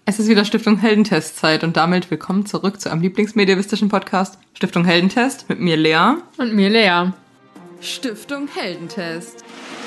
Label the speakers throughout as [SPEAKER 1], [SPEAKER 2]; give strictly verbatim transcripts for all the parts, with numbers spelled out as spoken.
[SPEAKER 1] Es ist wieder Stiftung Heldentest-Zeit und damit willkommen zurück zu einem lieblingsmedievistischen Podcast Stiftung Heldentest mit mir Lea.
[SPEAKER 2] Und mir Lea.
[SPEAKER 1] Stiftung Heldentest.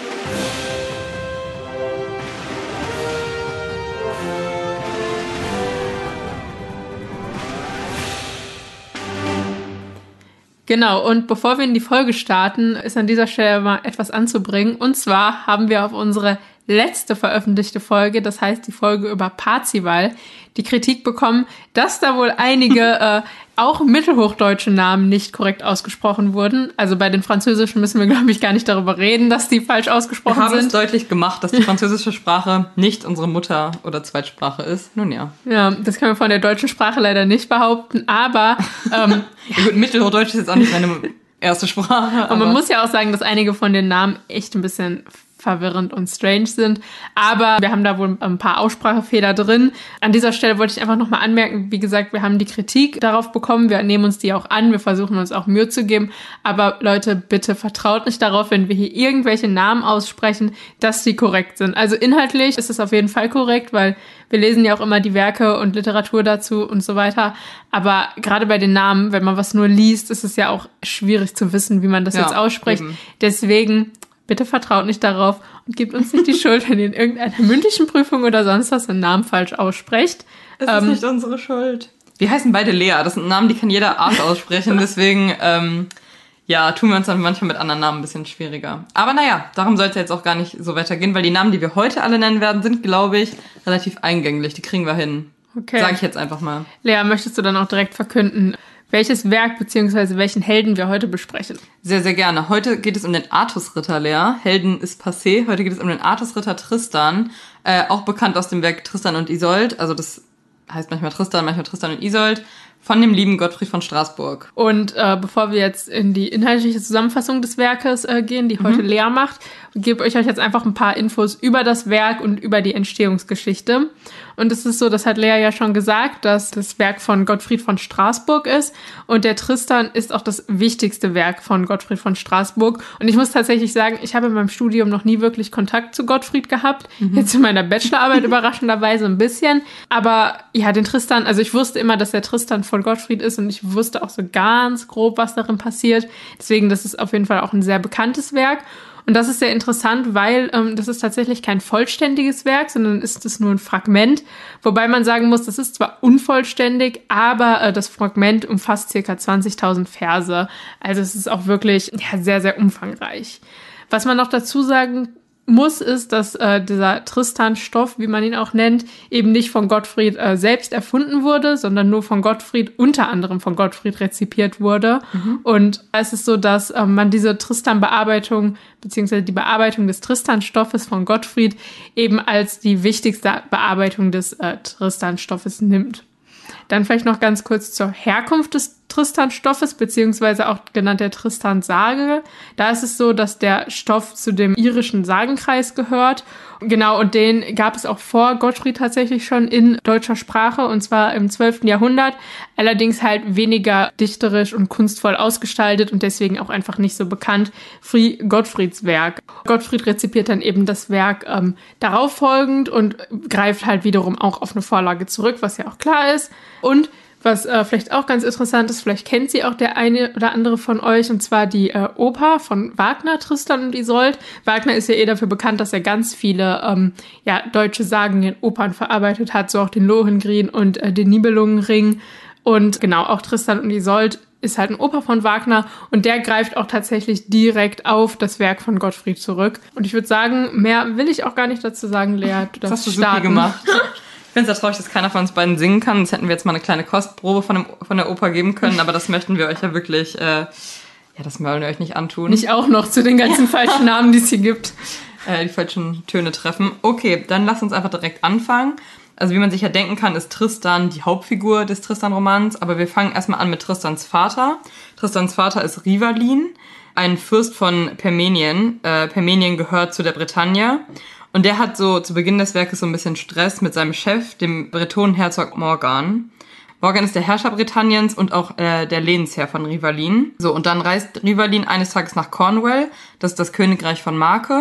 [SPEAKER 2] Genau, und bevor wir in die Folge starten, ist an dieser Stelle mal etwas anzubringen. Und zwar haben wir auf unsere letzte veröffentlichte Folge, das heißt die Folge über Parzival, die Kritik bekommen, dass da wohl einige äh, auch mittelhochdeutsche Namen nicht korrekt ausgesprochen wurden. Also bei den französischen müssen wir, glaube ich, gar nicht darüber reden, dass die falsch ausgesprochen sind.
[SPEAKER 1] Wir haben sind. es deutlich gemacht, dass die französische Sprache nicht unsere Mutter- oder Zweitsprache ist. Nun ja.
[SPEAKER 2] Ja, das können wir von der deutschen Sprache leider nicht behaupten, aber ähm,
[SPEAKER 1] ja, gut, Mittelhochdeutsch ist jetzt auch nicht meine erste Sprache.
[SPEAKER 2] Und man muss ja auch sagen, dass einige von den Namen echt ein bisschen verwirrend und strange sind. Aber wir haben da wohl ein paar Aussprachefehler drin. An dieser Stelle wollte ich einfach nochmal anmerken, wie gesagt, wir haben die Kritik darauf bekommen. Wir nehmen uns die auch an. Wir versuchen uns auch Mühe zu geben. Aber Leute, bitte vertraut nicht darauf, wenn wir hier irgendwelche Namen aussprechen, dass die korrekt sind. Also inhaltlich ist es auf jeden Fall korrekt, weil wir lesen ja auch immer die Werke und Literatur dazu und so weiter. Aber gerade bei den Namen, wenn man was nur liest, ist es ja auch schwierig zu wissen, wie man das ja, jetzt ausspricht. Eben. Deswegen bitte vertraut nicht darauf und gebt uns nicht die Schuld, wenn ihr in irgendeiner mündlichen Prüfung oder sonst was einen Namen falsch aussprecht.
[SPEAKER 1] Es ähm, ist nicht unsere Schuld. Wir heißen beide Lea. Das sind Namen, die kann jeder Arsch aussprechen. Deswegen, ähm, ja, tun wir uns dann manchmal mit anderen Namen ein bisschen schwieriger. Aber naja, darum sollte jetzt auch gar nicht so weitergehen, weil die Namen, die wir heute alle nennen werden, sind, glaube ich, relativ eingänglich. Die kriegen wir hin. Okay. Sag ich jetzt einfach mal.
[SPEAKER 2] Lea, möchtest du dann auch direkt verkünden, welches Werk bzw. welchen Helden wir heute besprechen?
[SPEAKER 1] Sehr, sehr gerne. Heute geht es um den Artusritter, Lea. Helden ist passé. Heute geht es um den Artusritter Tristan, äh, auch bekannt aus dem Werk Tristan und Isolde. Also das heißt manchmal Tristan, manchmal Tristan und Isolde. Von dem lieben Gottfried von Straßburg.
[SPEAKER 2] Und äh, bevor wir jetzt in die inhaltliche Zusammenfassung des Werkes äh, gehen, die heute mhm. Lea macht, gebe ich euch jetzt einfach ein paar Infos über das Werk und über die Entstehungsgeschichte. Und es ist so, das hat Lea ja schon gesagt, dass das Werk von Gottfried von Straßburg ist. Und der Tristan ist auch das wichtigste Werk von Gottfried von Straßburg. Und ich muss tatsächlich sagen, ich habe in meinem Studium noch nie wirklich Kontakt zu Gottfried gehabt. Mhm. Jetzt in meiner Bachelorarbeit überraschenderweise ein bisschen. Aber ja, den Tristan, also ich wusste immer, dass der Tristan von Gottfried ist und ich wusste auch so ganz grob, was darin passiert. Deswegen, das ist auf jeden Fall auch ein sehr bekanntes Werk. Und das ist sehr interessant, weil ähm, das ist tatsächlich kein vollständiges Werk, sondern ist es nur ein Fragment. Wobei man sagen muss, das ist zwar unvollständig, aber äh, das Fragment umfasst circa zwanzigtausend Verse. Also es ist auch wirklich ja, sehr, sehr umfangreich. Was man noch dazu sagen muss, ist, dass äh, dieser Tristan-Stoff, wie man ihn auch nennt, eben nicht von Gottfried äh, selbst erfunden wurde, sondern nur von Gottfried, unter anderem von Gottfried rezipiert wurde. Mhm. Und es ist so, dass äh, man diese Tristan-Bearbeitung, beziehungsweise die Bearbeitung des Tristan-Stoffes von Gottfried eben als die wichtigste Bearbeitung des äh, Tristan-Stoffes nimmt. Dann vielleicht noch ganz kurz zur Herkunft des Tristan-Stoffes, beziehungsweise auch genannt der Tristan-Sage. Da ist es so, dass der Stoff zu dem irischen Sagenkreis gehört. Genau, und den gab es auch vor Gottfried tatsächlich schon in deutscher Sprache, und zwar im zwölften Jahrhundert. Allerdings halt weniger dichterisch und kunstvoll ausgestaltet und deswegen auch einfach nicht so bekannt wie Gottfrieds Werk. Gottfried rezipiert dann eben das Werk ähm, darauf folgend und greift halt wiederum auch auf eine Vorlage zurück, was ja auch klar ist. Und was äh, vielleicht auch ganz interessant ist, vielleicht kennt sie auch der eine oder andere von euch, und zwar die äh, Oper von Wagner, Tristan und Isolde. Wagner ist ja eh dafür bekannt, dass er ganz viele ähm, ja, deutsche Sagen in Opern verarbeitet hat, so auch den Lohengrin und äh, den Nibelungenring. Und genau, auch Tristan und Isolde ist halt ein Oper von Wagner und der greift auch tatsächlich direkt auf das Werk von Gottfried zurück. Und ich würde sagen, mehr will ich auch gar nicht dazu sagen, Lea. Du
[SPEAKER 1] das hast du super gemacht. Ich finde es ja traurig, dass keiner von uns beiden singen kann. Sonst hätten wir jetzt mal eine kleine Kostprobe von, dem, von der Oper geben können. Aber das möchten wir euch ja wirklich, äh, ja, das wollen wir euch nicht antun.
[SPEAKER 2] Nicht auch noch zu den ganzen falschen Namen, die es hier gibt.
[SPEAKER 1] Äh, die falschen Töne treffen. Okay, dann lasst uns einfach direkt anfangen. Also wie man sich ja denken kann, ist Tristan die Hauptfigur des Tristan-Romans. Aber wir fangen erstmal an mit Tristans Vater. Tristans Vater ist Rivalin, ein Fürst von Permenien. Äh, Permenien gehört zu der Bretagne. Und der hat so zu Beginn des Werkes so ein bisschen Stress mit seinem Chef, dem Bretonenherzog Morgan. Morgan ist der Herrscher Britanniens und auch äh, der Lehnsherr von Rivalin. So, und dann reist Rivalin eines Tages nach Cornwall, das ist das Königreich von Marke.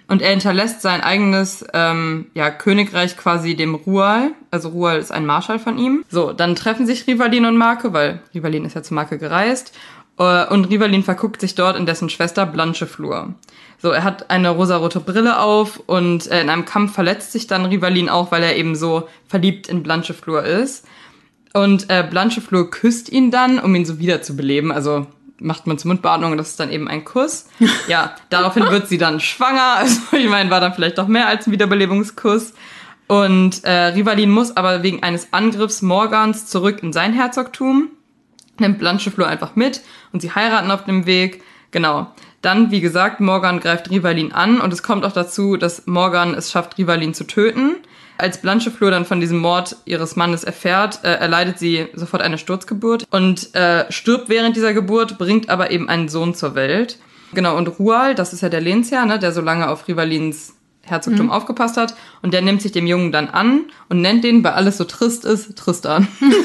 [SPEAKER 1] Und er hinterlässt sein eigenes ähm, ja, Königreich quasi dem Rual. Also Rual ist ein Marschall von ihm. So, dann treffen sich Rivaldin und Marke, weil Rivaldin ist ja zu Marke gereist. Äh, und Rivaldin verguckt sich dort in dessen Schwester Blanchefleur. So, er hat eine rosarote Brille auf und äh, in einem Kampf verletzt sich dann Rivaldin auch, weil er eben so verliebt in Blanchefleur ist. Und äh, Blanchefleur küsst ihn dann, um ihn so wiederzubeleben. Also macht man zur Mundbeatmung und das ist dann eben ein Kuss. Ja, daraufhin wird sie dann schwanger. Also ich meine, war dann vielleicht doch mehr als ein Wiederbelebungskuss. Und äh, Rivaldin muss aber wegen eines Angriffs Morgans zurück in sein Herzogtum. Nimmt Blanchefleur einfach mit und sie heiraten auf dem Weg. Genau. Dann, wie gesagt, Morgan greift Rivaldin an und es kommt auch dazu, dass Morgan es schafft, Rivaldin zu töten. Als Blanchefleur dann von diesem Mord ihres Mannes erfährt, äh, erleidet sie sofort eine Sturzgeburt und äh, stirbt während dieser Geburt, bringt aber eben einen Sohn zur Welt. Genau, und Rual, das ist ja der Lehnsherr, ne, der so lange auf Rivaldins Herzogtum mhm. aufgepasst hat, und der nimmt sich dem Jungen dann an und nennt den, weil alles so trist ist, Tristan.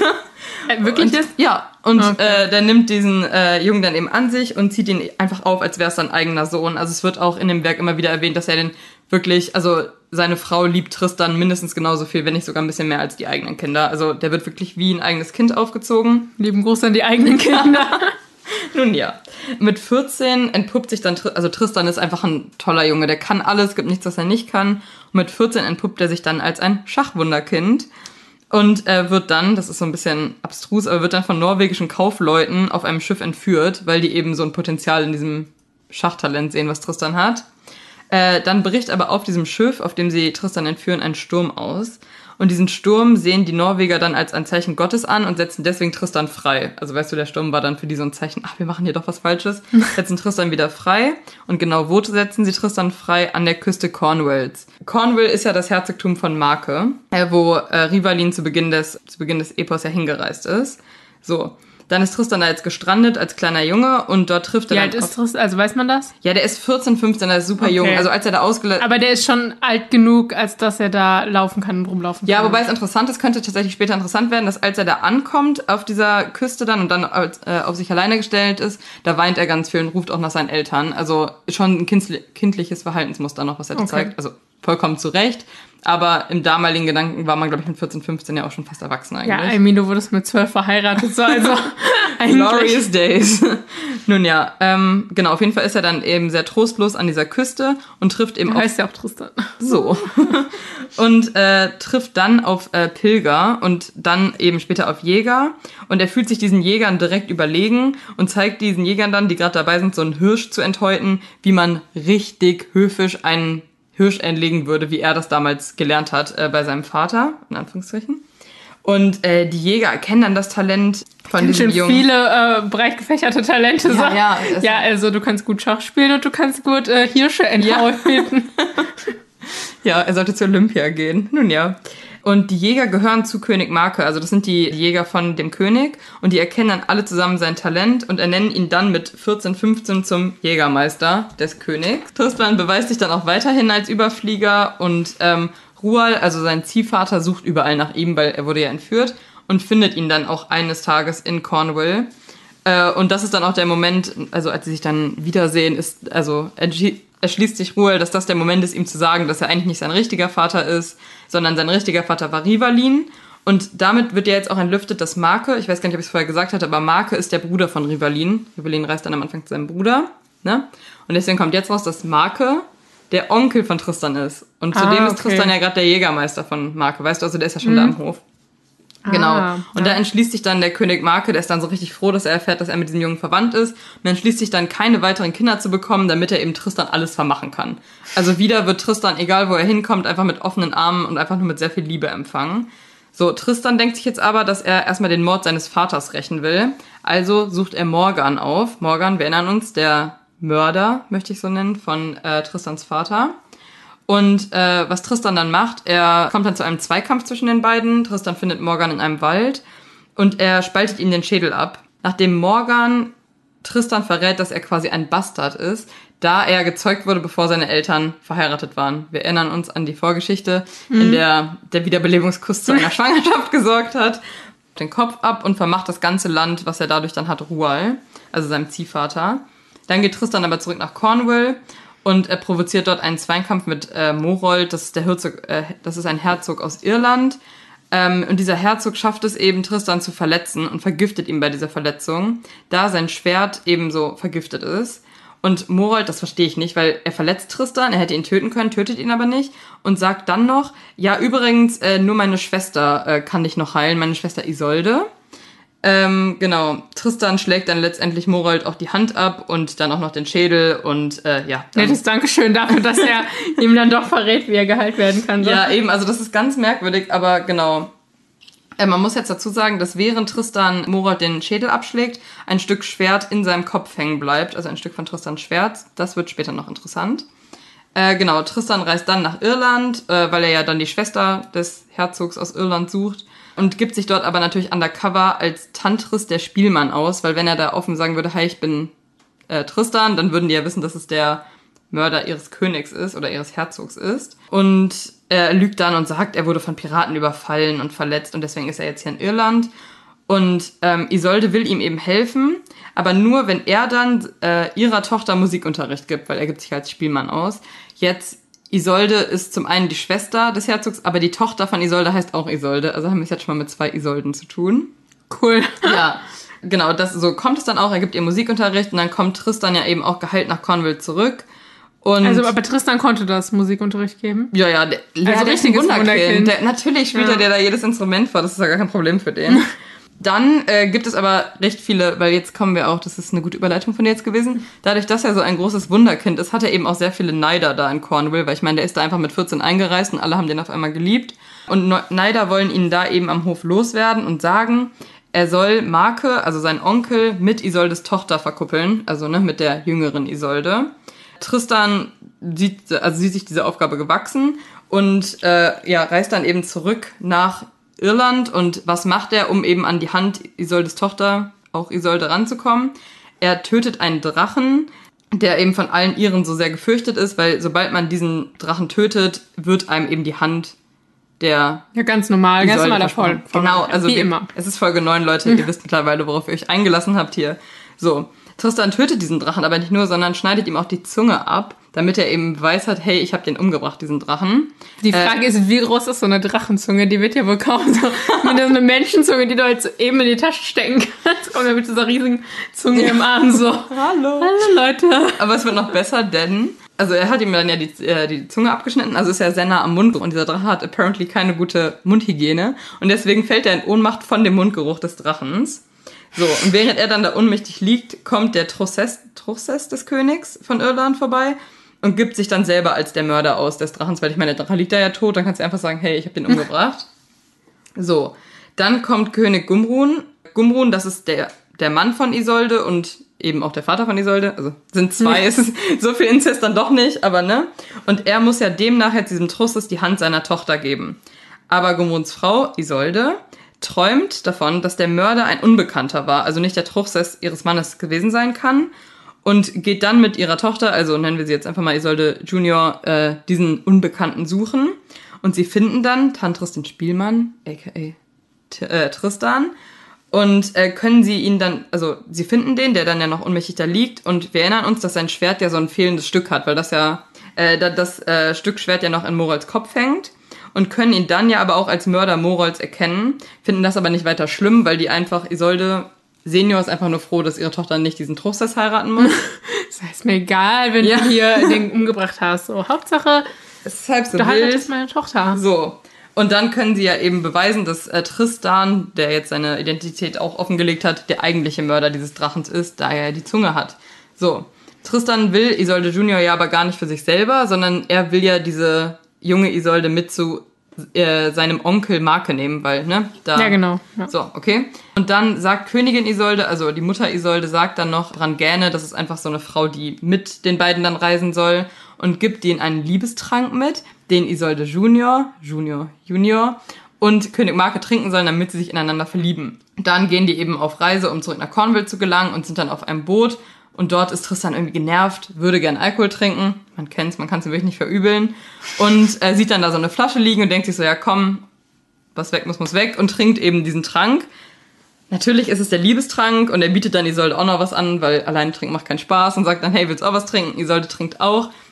[SPEAKER 2] Äh, wirklich
[SPEAKER 1] und,
[SPEAKER 2] jetzt?
[SPEAKER 1] Ja, und
[SPEAKER 2] okay.
[SPEAKER 1] äh, der nimmt diesen äh, Jungen dann eben an sich und zieht ihn einfach auf, als wäre es sein eigener Sohn. Also es wird auch in dem Werk immer wieder erwähnt, dass er den wirklich, also seine Frau liebt Tristan mindestens genauso viel, wenn nicht sogar ein bisschen mehr als die eigenen Kinder. Also der wird wirklich wie ein eigenes Kind aufgezogen.
[SPEAKER 2] Lieben Gruß an die eigenen Kinder.
[SPEAKER 1] Nun ja. Mit vierzehn entpuppt sich dann, also Tristan ist einfach ein toller Junge, der kann alles, gibt nichts, was er nicht kann. Und mit vierzehn entpuppt er sich dann als ein Schachwunderkind. Und er wird dann, das ist so ein bisschen abstrus, aber wird dann von norwegischen Kaufleuten auf einem Schiff entführt, weil die eben so ein Potenzial in diesem Schachtalent sehen, was Tristan hat. Äh, dann bricht aber auf diesem Schiff, auf dem sie Tristan entführen, ein Sturm aus. Und diesen Sturm sehen die Norweger dann als ein Zeichen Gottes an und setzen deswegen Tristan frei. Also weißt du, der Sturm war dann für die so ein Zeichen, ach, wir machen hier doch was Falsches, setzen Tristan wieder frei. Und genau wo setzen sie Tristan frei? An der Küste Cornwalls. Cornwall ist ja das Herzogtum von Marke, äh, wo äh, Rivaldin zu Beginn des, zu Beginn des Epos ja hingereist ist. So. Dann ist Tristan da jetzt gestrandet als kleiner Junge und dort trifft er
[SPEAKER 2] Wie
[SPEAKER 1] dann...
[SPEAKER 2] alt ist Tristan? Also weiß man das?
[SPEAKER 1] Ja, der ist vierzehn, fünfzehn, der ist super
[SPEAKER 2] Okay.
[SPEAKER 1] jung. Also als er da ausgeleitet...
[SPEAKER 2] Aber der ist schon alt genug, als dass er da laufen kann und rumlaufen
[SPEAKER 1] Ja,
[SPEAKER 2] kann.
[SPEAKER 1] wobei es interessant ist, könnte tatsächlich später interessant werden, dass als er da ankommt auf dieser Küste dann und dann äh, auf sich alleine gestellt ist, da weint er ganz viel und ruft auch nach seinen Eltern. Also schon ein kindli- kindliches Verhaltensmuster noch, was er
[SPEAKER 2] Okay.
[SPEAKER 1] zeigt. Also vollkommen zu Recht. Aber im damaligen Gedanken war man, glaube ich, mit vierzehn, fünfzehn ja auch schon fast erwachsen eigentlich.
[SPEAKER 2] Ja, Amy, du wurdest mit zwölf verheiratet, so also eigentlich.
[SPEAKER 1] Glorious Days. Nun ja, ähm, genau, auf jeden Fall ist er dann eben sehr trostlos an dieser Küste und trifft eben
[SPEAKER 2] Er
[SPEAKER 1] auf...
[SPEAKER 2] heißt ja auch Tristan.
[SPEAKER 1] So. Und äh, trifft dann auf äh, Pilger und dann eben später auf Jäger. Und er fühlt sich diesen Jägern direkt überlegen und zeigt diesen Jägern dann, die gerade dabei sind, so einen Hirsch zu enthäuten, wie man richtig höfisch einen Hirsch entlegen würde, wie er das damals gelernt hat äh, bei seinem Vater, in Anführungszeichen. Und äh, die Jäger erkennen dann das Talent von diesem
[SPEAKER 2] Schon
[SPEAKER 1] Jungen.
[SPEAKER 2] viele äh, breit gefächerte Talente.
[SPEAKER 1] Ja,
[SPEAKER 2] so.
[SPEAKER 1] ja, es-
[SPEAKER 2] ja, also du kannst gut Schach spielen und du kannst gut äh, Hirsche enthäuten.
[SPEAKER 1] Ja, er sollte zur Olympia gehen. Nun ja. Und die Jäger gehören zu König Marke, also das sind die Jäger von dem König und die erkennen dann alle zusammen sein Talent und ernennen ihn dann mit vierzehn, fünfzehn zum Jägermeister des Königs. Tristan beweist sich dann auch weiterhin als Überflieger und ähm, Rual, also sein Ziehvater, sucht überall nach ihm, weil er wurde ja entführt und findet ihn dann auch eines Tages in Cornwall. Äh, und das ist dann auch der Moment, also als sie sich dann wiedersehen, ist, also entsch- erschließt sich Rual, dass das der Moment ist, ihm zu sagen, dass er eigentlich nicht sein richtiger Vater ist, sondern sein richtiger Vater war Rivaldin. Und damit wird ja jetzt auch entlüftet, dass Marke, ich weiß gar nicht, ob ich es vorher gesagt hatte, aber Marke ist der Bruder von Rivaldin. Rivaldin reist dann am Anfang zu seinem Bruder, ne? Und deswegen kommt jetzt raus, dass Marke der Onkel von Tristan ist. Und zudem
[SPEAKER 2] Ah,
[SPEAKER 1] ist
[SPEAKER 2] okay.
[SPEAKER 1] Tristan ja gerade der Jägermeister von Marke, weißt du, also der ist ja schon
[SPEAKER 2] Mhm.
[SPEAKER 1] da am Hof. Genau.
[SPEAKER 2] Ah,
[SPEAKER 1] und
[SPEAKER 2] ja.
[SPEAKER 1] da entschließt sich dann der König Marke, der ist dann so richtig froh, dass er erfährt, dass er mit diesem Jungen verwandt ist. Und entschließt sich dann, keine weiteren Kinder zu bekommen, damit er eben Tristan alles vermachen kann. Also wieder wird Tristan, egal wo er hinkommt, einfach mit offenen Armen und einfach nur mit sehr viel Liebe empfangen. So, Tristan denkt sich jetzt aber, dass er erstmal den Mord seines Vaters rächen will. Also sucht er Morgan auf. Morgan, wir erinnern uns, der Mörder, möchte ich so nennen, von äh, Tristans Vater. Und äh, was Tristan dann macht, er kommt dann zu einem Zweikampf zwischen den beiden. Tristan findet Morgan in einem Wald und er spaltet ihm den Schädel ab. Nachdem Morgan Tristan verrät, dass er quasi ein Bastard ist, da er gezeugt wurde, bevor seine Eltern verheiratet waren. Wir erinnern uns an die Vorgeschichte, mhm. in der der Wiederbelebungskuss zu einer Schwangerschaft gesorgt hat. Den Kopf ab und vermacht das ganze Land, was er dadurch dann hat, Rual, also seinem Ziehvater. Dann geht Tristan aber zurück nach Cornwall Und er provoziert dort einen Zweinkampf mit äh, Morold, das ist, der Herzog, äh, das ist ein Herzog aus Irland. Ähm, und dieser Herzog schafft es eben, Tristan zu verletzen und vergiftet ihn bei dieser Verletzung, da sein Schwert ebenso vergiftet ist. Und Morold, das verstehe ich nicht, weil er verletzt Tristan, er hätte ihn töten können, tötet ihn aber nicht und sagt dann noch, ja übrigens, äh, nur meine Schwester äh, kann dich noch heilen, meine Schwester Isolde. Ähm, genau, Tristan schlägt dann letztendlich Morold auch die Hand ab und dann auch noch den Schädel und äh, ja.
[SPEAKER 2] Nettes Dankeschön dafür, dass er ihm dann doch verrät, wie er geheilt werden kann. So.
[SPEAKER 1] Ja, eben, also das ist ganz merkwürdig, aber genau. Äh, man muss jetzt dazu sagen, dass während Tristan Morold den Schädel abschlägt, ein Stück Schwert in seinem Kopf hängen bleibt, also ein Stück von Tristans Schwert. Das wird später noch interessant. Äh, genau, Tristan reist dann nach Irland, äh, weil er ja dann die Schwester des Herzogs aus Irland sucht und gibt sich dort aber natürlich undercover als Tantris der Spielmann aus, weil wenn er da offen sagen würde, hey, ich bin äh, Tristan, dann würden die ja wissen, dass es der Mörder ihres Königs ist oder ihres Herzogs ist. Und er lügt dann und sagt, er wurde von Piraten überfallen und verletzt und deswegen ist er jetzt hier in Irland. Und ähm, Isolde will ihm eben helfen, aber nur, wenn er dann äh, ihrer Tochter Musikunterricht gibt, weil er gibt sich als Spielmann aus. Jetzt, Isolde ist zum einen die Schwester des Herzogs, aber die Tochter von Isolde heißt auch Isolde. Also haben wir es jetzt schon mal mit zwei Isolden zu tun.
[SPEAKER 2] Cool.
[SPEAKER 1] Ja, genau, das, so kommt es dann auch. Er gibt ihr Musikunterricht und dann kommt Tristan ja eben auch geheilt nach Cornwall zurück. Und
[SPEAKER 2] also, aber Tristan konnte das Musikunterricht geben?
[SPEAKER 1] Ja, ja, der,
[SPEAKER 2] also
[SPEAKER 1] ja, der ist ein Wunderkind. Wunderkind. Der, natürlich spielt ja. er dir da jedes Instrument vor, das ist ja gar kein Problem für den. Dann äh, gibt es aber recht viele, weil jetzt kommen wir auch, das ist eine gute Überleitung von dir jetzt gewesen, dadurch, dass er so ein großes Wunderkind ist, hat er eben auch sehr viele Neider da in Cornwall, weil ich meine, der ist da einfach mit vierzehn eingereist und alle haben den auf einmal geliebt. Und Neider wollen ihn da eben am Hof loswerden und sagen, er soll Marke, also seinen Onkel, mit Isoldes Tochter verkuppeln, also ne, mit der jüngeren Isolde. Tristan sieht, also sieht sich diese Aufgabe gewachsen und äh, ja, reist dann eben zurück nach Irland. Und was macht er, um eben an die Hand Isoldes Tochter, auch Isolde, ranzukommen? Er tötet einen Drachen, der eben von allen Iren so sehr gefürchtet ist, weil sobald man diesen Drachen tötet, wird einem eben die Hand der
[SPEAKER 2] Ja, ganz normal,
[SPEAKER 1] Isolde
[SPEAKER 2] ganz normaler Folge.
[SPEAKER 1] Genau, also
[SPEAKER 2] wie
[SPEAKER 1] wir,
[SPEAKER 2] immer.
[SPEAKER 1] Es ist Folge neun, Leute, ihr wisst mittlerweile, worauf ihr euch eingelassen habt hier. So, Tristan tötet diesen Drachen aber nicht nur, sondern schneidet ihm auch die Zunge ab, damit er eben Beweis hat, hey, ich habe den umgebracht, diesen Drachen.
[SPEAKER 2] Die Frage äh, ist, wie groß ist so eine Drachenzunge? Die wird ja wohl kaum so, wenn das eine Menschenzunge, die du halt so eben in die Tasche stecken kannst, kommt er mit dieser riesigen Zunge im Arm so.
[SPEAKER 1] Hallo.
[SPEAKER 2] Hallo, Leute.
[SPEAKER 1] Aber es wird noch besser, denn, also er hat ihm dann ja die, äh, die Zunge abgeschnitten, also ist er sehr nah am Mund und dieser Drache hat apparently keine gute Mundhygiene und deswegen fällt er in Ohnmacht von dem Mundgeruch des Drachens. So, und während er dann da ohnmächtig liegt, kommt der Truchsess, Truchsess des Königs von Irland vorbei und gibt sich dann selber als der Mörder aus des Drachens, weil ich meine, der Drache liegt da ja tot, dann kannst du einfach sagen, hey, ich habe den umgebracht. So, dann kommt König Gumrun. Gumrun, das ist der, der Mann von Isolde und eben auch der Vater von Isolde, also sind zwei, es ist so viel Inzest dann doch nicht, aber ne. Und er muss ja demnach jetzt diesem Truchsess die Hand seiner Tochter geben. Aber Gumruns Frau, Isolde, träumt davon, dass der Mörder ein Unbekannter war, also nicht der Truchsess ihres Mannes gewesen sein kann und geht dann mit ihrer Tochter, also nennen wir sie jetzt einfach mal Isolde Junior, äh, diesen Unbekannten suchen und sie finden dann Tantris den Spielmann, aka T- äh, Tristan und äh, können sie ihn dann, also sie finden den, der dann ja noch ohnmächtig da liegt und wir erinnern uns, dass sein Schwert ja so ein fehlendes Stück hat, weil das ja, äh, das äh, Stück Schwert ja noch in Morolds Kopf hängt. Und können ihn dann ja aber auch als Mörder Morolds erkennen, finden das aber nicht weiter schlimm, weil die einfach, Isolde Senior ist einfach nur froh, dass ihre Tochter nicht diesen Truchsess heiraten muss.
[SPEAKER 2] Das heißt mir egal, wenn ja. du hier den umgebracht hast. So, Hauptsache,
[SPEAKER 1] es ist halb so
[SPEAKER 2] du
[SPEAKER 1] wild.
[SPEAKER 2] heiratest meine Tochter.
[SPEAKER 1] So. Und dann können sie ja eben beweisen, dass äh, Tristan, der jetzt seine Identität auch offengelegt hat, der eigentliche Mörder dieses Drachens ist, da er die Zunge hat. So. Tristan will Isolde Junior ja aber gar nicht für sich selber, sondern er will ja diese junge Isolde mit zu äh, seinem Onkel Marke nehmen, weil, ne, da...
[SPEAKER 2] Ja, genau. Ja.
[SPEAKER 1] So, okay. Und dann sagt Königin Isolde, also die Mutter Isolde, sagt dann noch Brangäne, das ist einfach so eine Frau, die mit den beiden dann reisen soll und gibt denen einen Liebestrank mit, den Isolde Junior, Junior, Junior und König Marke trinken sollen, damit sie sich ineinander verlieben. Dann gehen die eben auf Reise, um zurück nach Cornwall zu gelangen und sind dann auf einem Boot. Und dort ist Tristan irgendwie genervt, würde gern Alkohol trinken. Man kennt's, man kann es wirklich nicht verübeln. Und er sieht dann da so eine Flasche liegen und denkt sich so, ja komm, was weg muss, muss weg. Und trinkt eben diesen Trank. Natürlich ist es der Liebestrank und er bietet dann Isolde auch noch was an, weil alleine trinken macht keinen Spaß. Und sagt dann, hey, willst du auch was trinken? Isolde trinkt auch.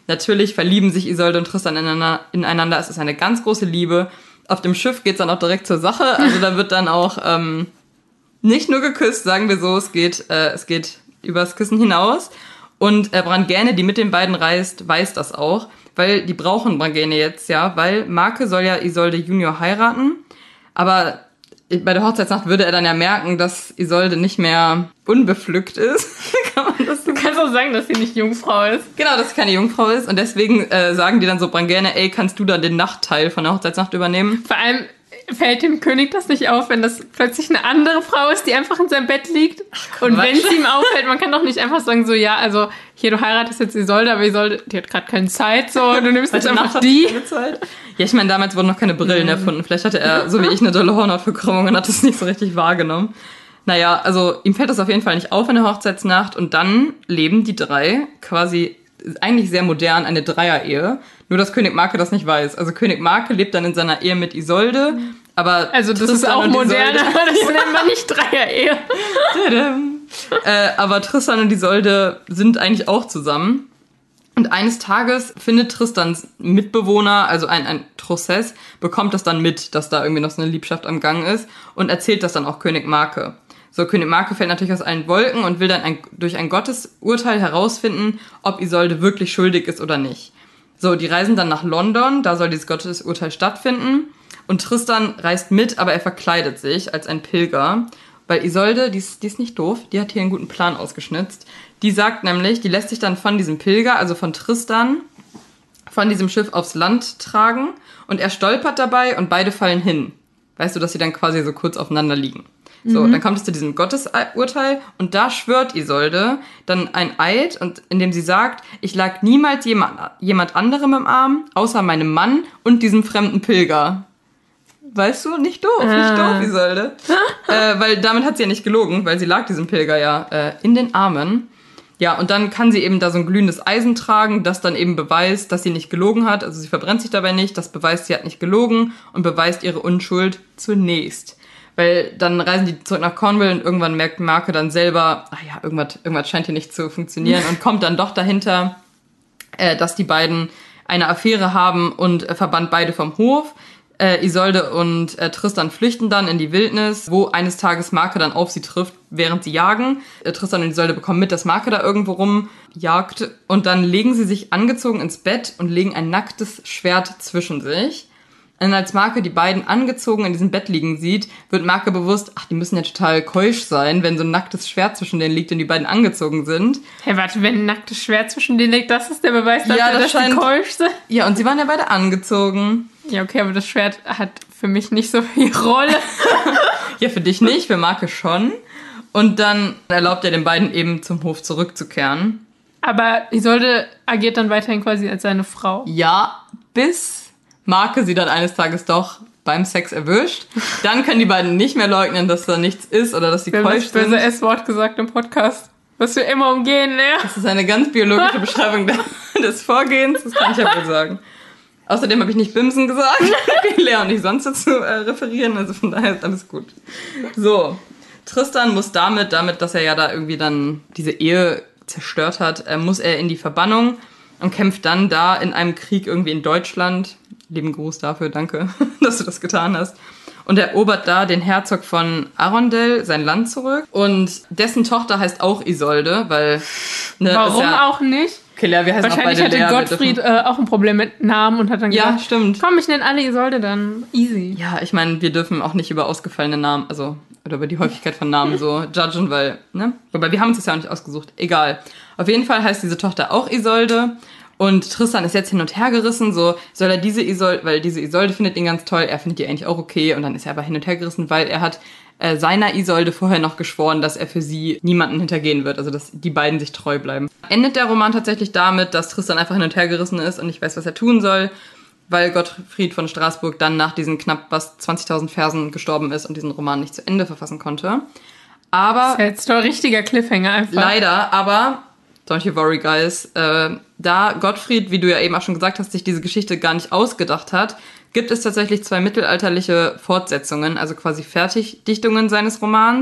[SPEAKER 1] Natürlich verlieben sich Isolde und Tristan ineinander. Es ist eine ganz große Liebe. Auf dem Schiff geht's dann auch direkt zur Sache. Also da wird dann auch ähm, nicht nur geküsst, sagen wir so. Es geht, äh, es geht übers Küssen hinaus. Und äh, Brangäne, die mit den beiden reist, weiß das auch. Weil die brauchen Brangäne jetzt, ja. Weil Marke soll ja Isolde Junior heiraten. Aber bei der Hochzeitsnacht würde er dann ja merken, dass Isolde nicht mehr unbepflückt ist. Kann man das so
[SPEAKER 2] Du kannst auch sagen, dass sie nicht Jungfrau ist.
[SPEAKER 1] Genau, dass sie keine Jungfrau ist. Und deswegen äh, sagen die dann so Brangäne, ey, kannst du dann den Nachtteil von der Hochzeitsnacht übernehmen?
[SPEAKER 2] Vor allem fällt dem König das nicht auf, wenn das plötzlich eine andere Frau ist, die einfach in seinem Bett liegt. Ach, und wenn es ihm auffällt, man kann doch nicht einfach sagen, so, ja, also hier, du heiratest jetzt Isolde, aber Isolde, die hat gerade keine Zeit, so, du nimmst jetzt einfach die.
[SPEAKER 1] Ja, ich meine, damals wurden noch keine Brillen mhm. erfunden. Vielleicht hatte er, so wie ich, eine dolle Hornhautverkrümmung und hat das nicht so richtig wahrgenommen. Naja, also ihm fällt das auf jeden Fall nicht auf in der Hochzeitsnacht. Und dann leben die drei quasi eigentlich sehr modern eine Dreierehe. Nur, dass König Marke das nicht weiß. Also König Marke lebt dann in seiner Ehe mit Isolde. Aber
[SPEAKER 2] also das Tristan ist auch modern, aber das nennt man nicht Dreierehe.
[SPEAKER 1] äh, aber Tristan und Isolde sind eigentlich auch zusammen. Und eines Tages findet Tristans Mitbewohner, also ein, ein Trosses, bekommt das dann mit, dass da irgendwie noch so eine Liebschaft am Gang ist und erzählt das dann auch König Marke. So, König Marke fällt natürlich aus allen Wolken und will dann ein, durch ein Gottesurteil herausfinden, ob Isolde wirklich schuldig ist oder nicht. So, die reisen dann nach London, da soll dieses Gottesurteil stattfinden. Und Tristan reist mit, aber er verkleidet sich als ein Pilger. Weil Isolde, die ist, die ist nicht doof, die hat hier einen guten Plan ausgeschnitzt. Die sagt nämlich, die lässt sich dann von diesem Pilger, also von Tristan, von diesem Schiff aufs Land tragen. Und er stolpert dabei und beide fallen hin. Weißt du, dass sie dann quasi so kurz aufeinander liegen. So, mhm. Dann kommt es zu diesem Gottesurteil und da schwört Isolde dann ein Eid, und in dem sie sagt, ich lag niemals jemand, jemand anderem im Arm, außer meinem Mann und diesem fremden Pilger. Weißt du, nicht doof, ah. nicht doof, Isolde. äh, weil damit hat sie ja nicht gelogen, weil sie lag diesem Pilger ja äh, in den Armen. Ja, und dann kann sie eben da so ein glühendes Eisen tragen, das dann eben beweist, dass sie nicht gelogen hat. Also sie verbrennt sich dabei nicht, das beweist, sie hat nicht gelogen und beweist ihre Unschuld zunächst. Weil dann reisen die zurück nach Cornwall und irgendwann merkt Marke dann selber, ach ja, irgendwas, irgendwas scheint hier nicht zu funktionieren und kommt dann doch dahinter, äh, dass die beiden eine Affäre haben und äh, verbannt beide vom Hof. Äh, Isolde und äh, Tristan flüchten dann in die Wildnis, wo eines Tages Marke dann auf sie trifft, während sie jagen. Äh, Tristan und Isolde bekommen mit, dass Marke da irgendwo rumjagt. Und dann legen sie sich angezogen ins Bett und legen ein nacktes Schwert zwischen sich. Und als Marke die beiden angezogen in diesem Bett liegen sieht, wird Marke bewusst, ach, die müssen ja total keusch sein, wenn so ein nacktes Schwert zwischen denen liegt und die beiden angezogen sind.
[SPEAKER 2] Hey, warte, wenn ein nacktes Schwert zwischen denen liegt, das ist der Beweis dafür,
[SPEAKER 1] ja, das
[SPEAKER 2] dass
[SPEAKER 1] scheint,
[SPEAKER 2] die keusch sind?
[SPEAKER 1] Ja, und sie waren ja beide angezogen.
[SPEAKER 2] Ja, okay, aber das Schwert hat für mich nicht so viel Rolle.
[SPEAKER 1] Ja, für dich nicht, für Marke schon. Und dann erlaubt er den beiden eben zum Hof zurückzukehren.
[SPEAKER 2] Aber Isolde agiert dann weiterhin quasi als seine Frau.
[SPEAKER 1] Ja, bis Marke sie dann eines Tages doch beim Sex erwischt. Dann können die beiden nicht mehr leugnen, dass da nichts ist oder dass sie
[SPEAKER 2] wir
[SPEAKER 1] keusch sind.
[SPEAKER 2] Wir haben das böse S-Wort gesagt im Podcast, was wir immer umgehen, Lea.
[SPEAKER 1] Das ist eine ganz biologische Beschreibung des Vorgehens, das kann ich ja wohl sagen. Außerdem habe ich nicht Bimsen gesagt, wie Lea und ich sonst dazu äh, referieren, also von daher ist alles gut. So, Tristan muss damit, damit, dass er ja da irgendwie dann diese Ehe zerstört hat, äh, muss er in die Verbannung und kämpft dann da in einem Krieg irgendwie in Deutschland. Lieben Gruß dafür, danke, dass du das getan hast. Und er erobert da den Herzog von Arundel, sein Land zurück. Und dessen Tochter heißt auch Isolde, weil... Ne,
[SPEAKER 2] Warum
[SPEAKER 1] ist ja,
[SPEAKER 2] auch nicht?
[SPEAKER 1] Okay, Lea, wir heißen
[SPEAKER 2] Wahrscheinlich
[SPEAKER 1] auch beide
[SPEAKER 2] hatte Gottfried äh, auch ein Problem mit Namen und hat dann
[SPEAKER 1] ja,
[SPEAKER 2] gesagt,
[SPEAKER 1] ja, stimmt.
[SPEAKER 2] Komm, ich nenne alle Isolde dann. Easy.
[SPEAKER 1] Ja, ich meine, wir dürfen auch nicht über ausgefallene Namen, also oder über die Häufigkeit von Namen so judgen, weil, ne? Wobei, wir haben uns das ja auch nicht ausgesucht. Egal. Auf jeden Fall heißt diese Tochter auch Isolde. Und Tristan ist jetzt hin und her gerissen, so soll er diese Isolde, weil diese Isolde findet ihn ganz toll, er findet die eigentlich auch okay und dann ist er aber hin und her gerissen, weil er hat äh, seiner Isolde vorher noch geschworen, dass er für sie niemanden hintergehen wird, also dass die beiden sich treu bleiben. Endet der Roman tatsächlich damit, dass Tristan einfach hin und her gerissen ist und nicht weiß, was er tun soll, weil Gottfried von Straßburg dann nach diesen knapp was zwanzigtausend Versen gestorben ist und diesen Roman nicht zu Ende verfassen konnte. Aber
[SPEAKER 2] das ist jetzt doch ein richtiger Cliffhanger einfach.
[SPEAKER 1] Leider, aber don't you worry, guys. Äh, da Gottfried, wie du ja eben auch schon gesagt hast, sich diese Geschichte gar nicht ausgedacht hat, gibt es tatsächlich zwei mittelalterliche Fortsetzungen, also quasi Fertigdichtungen seines Romans.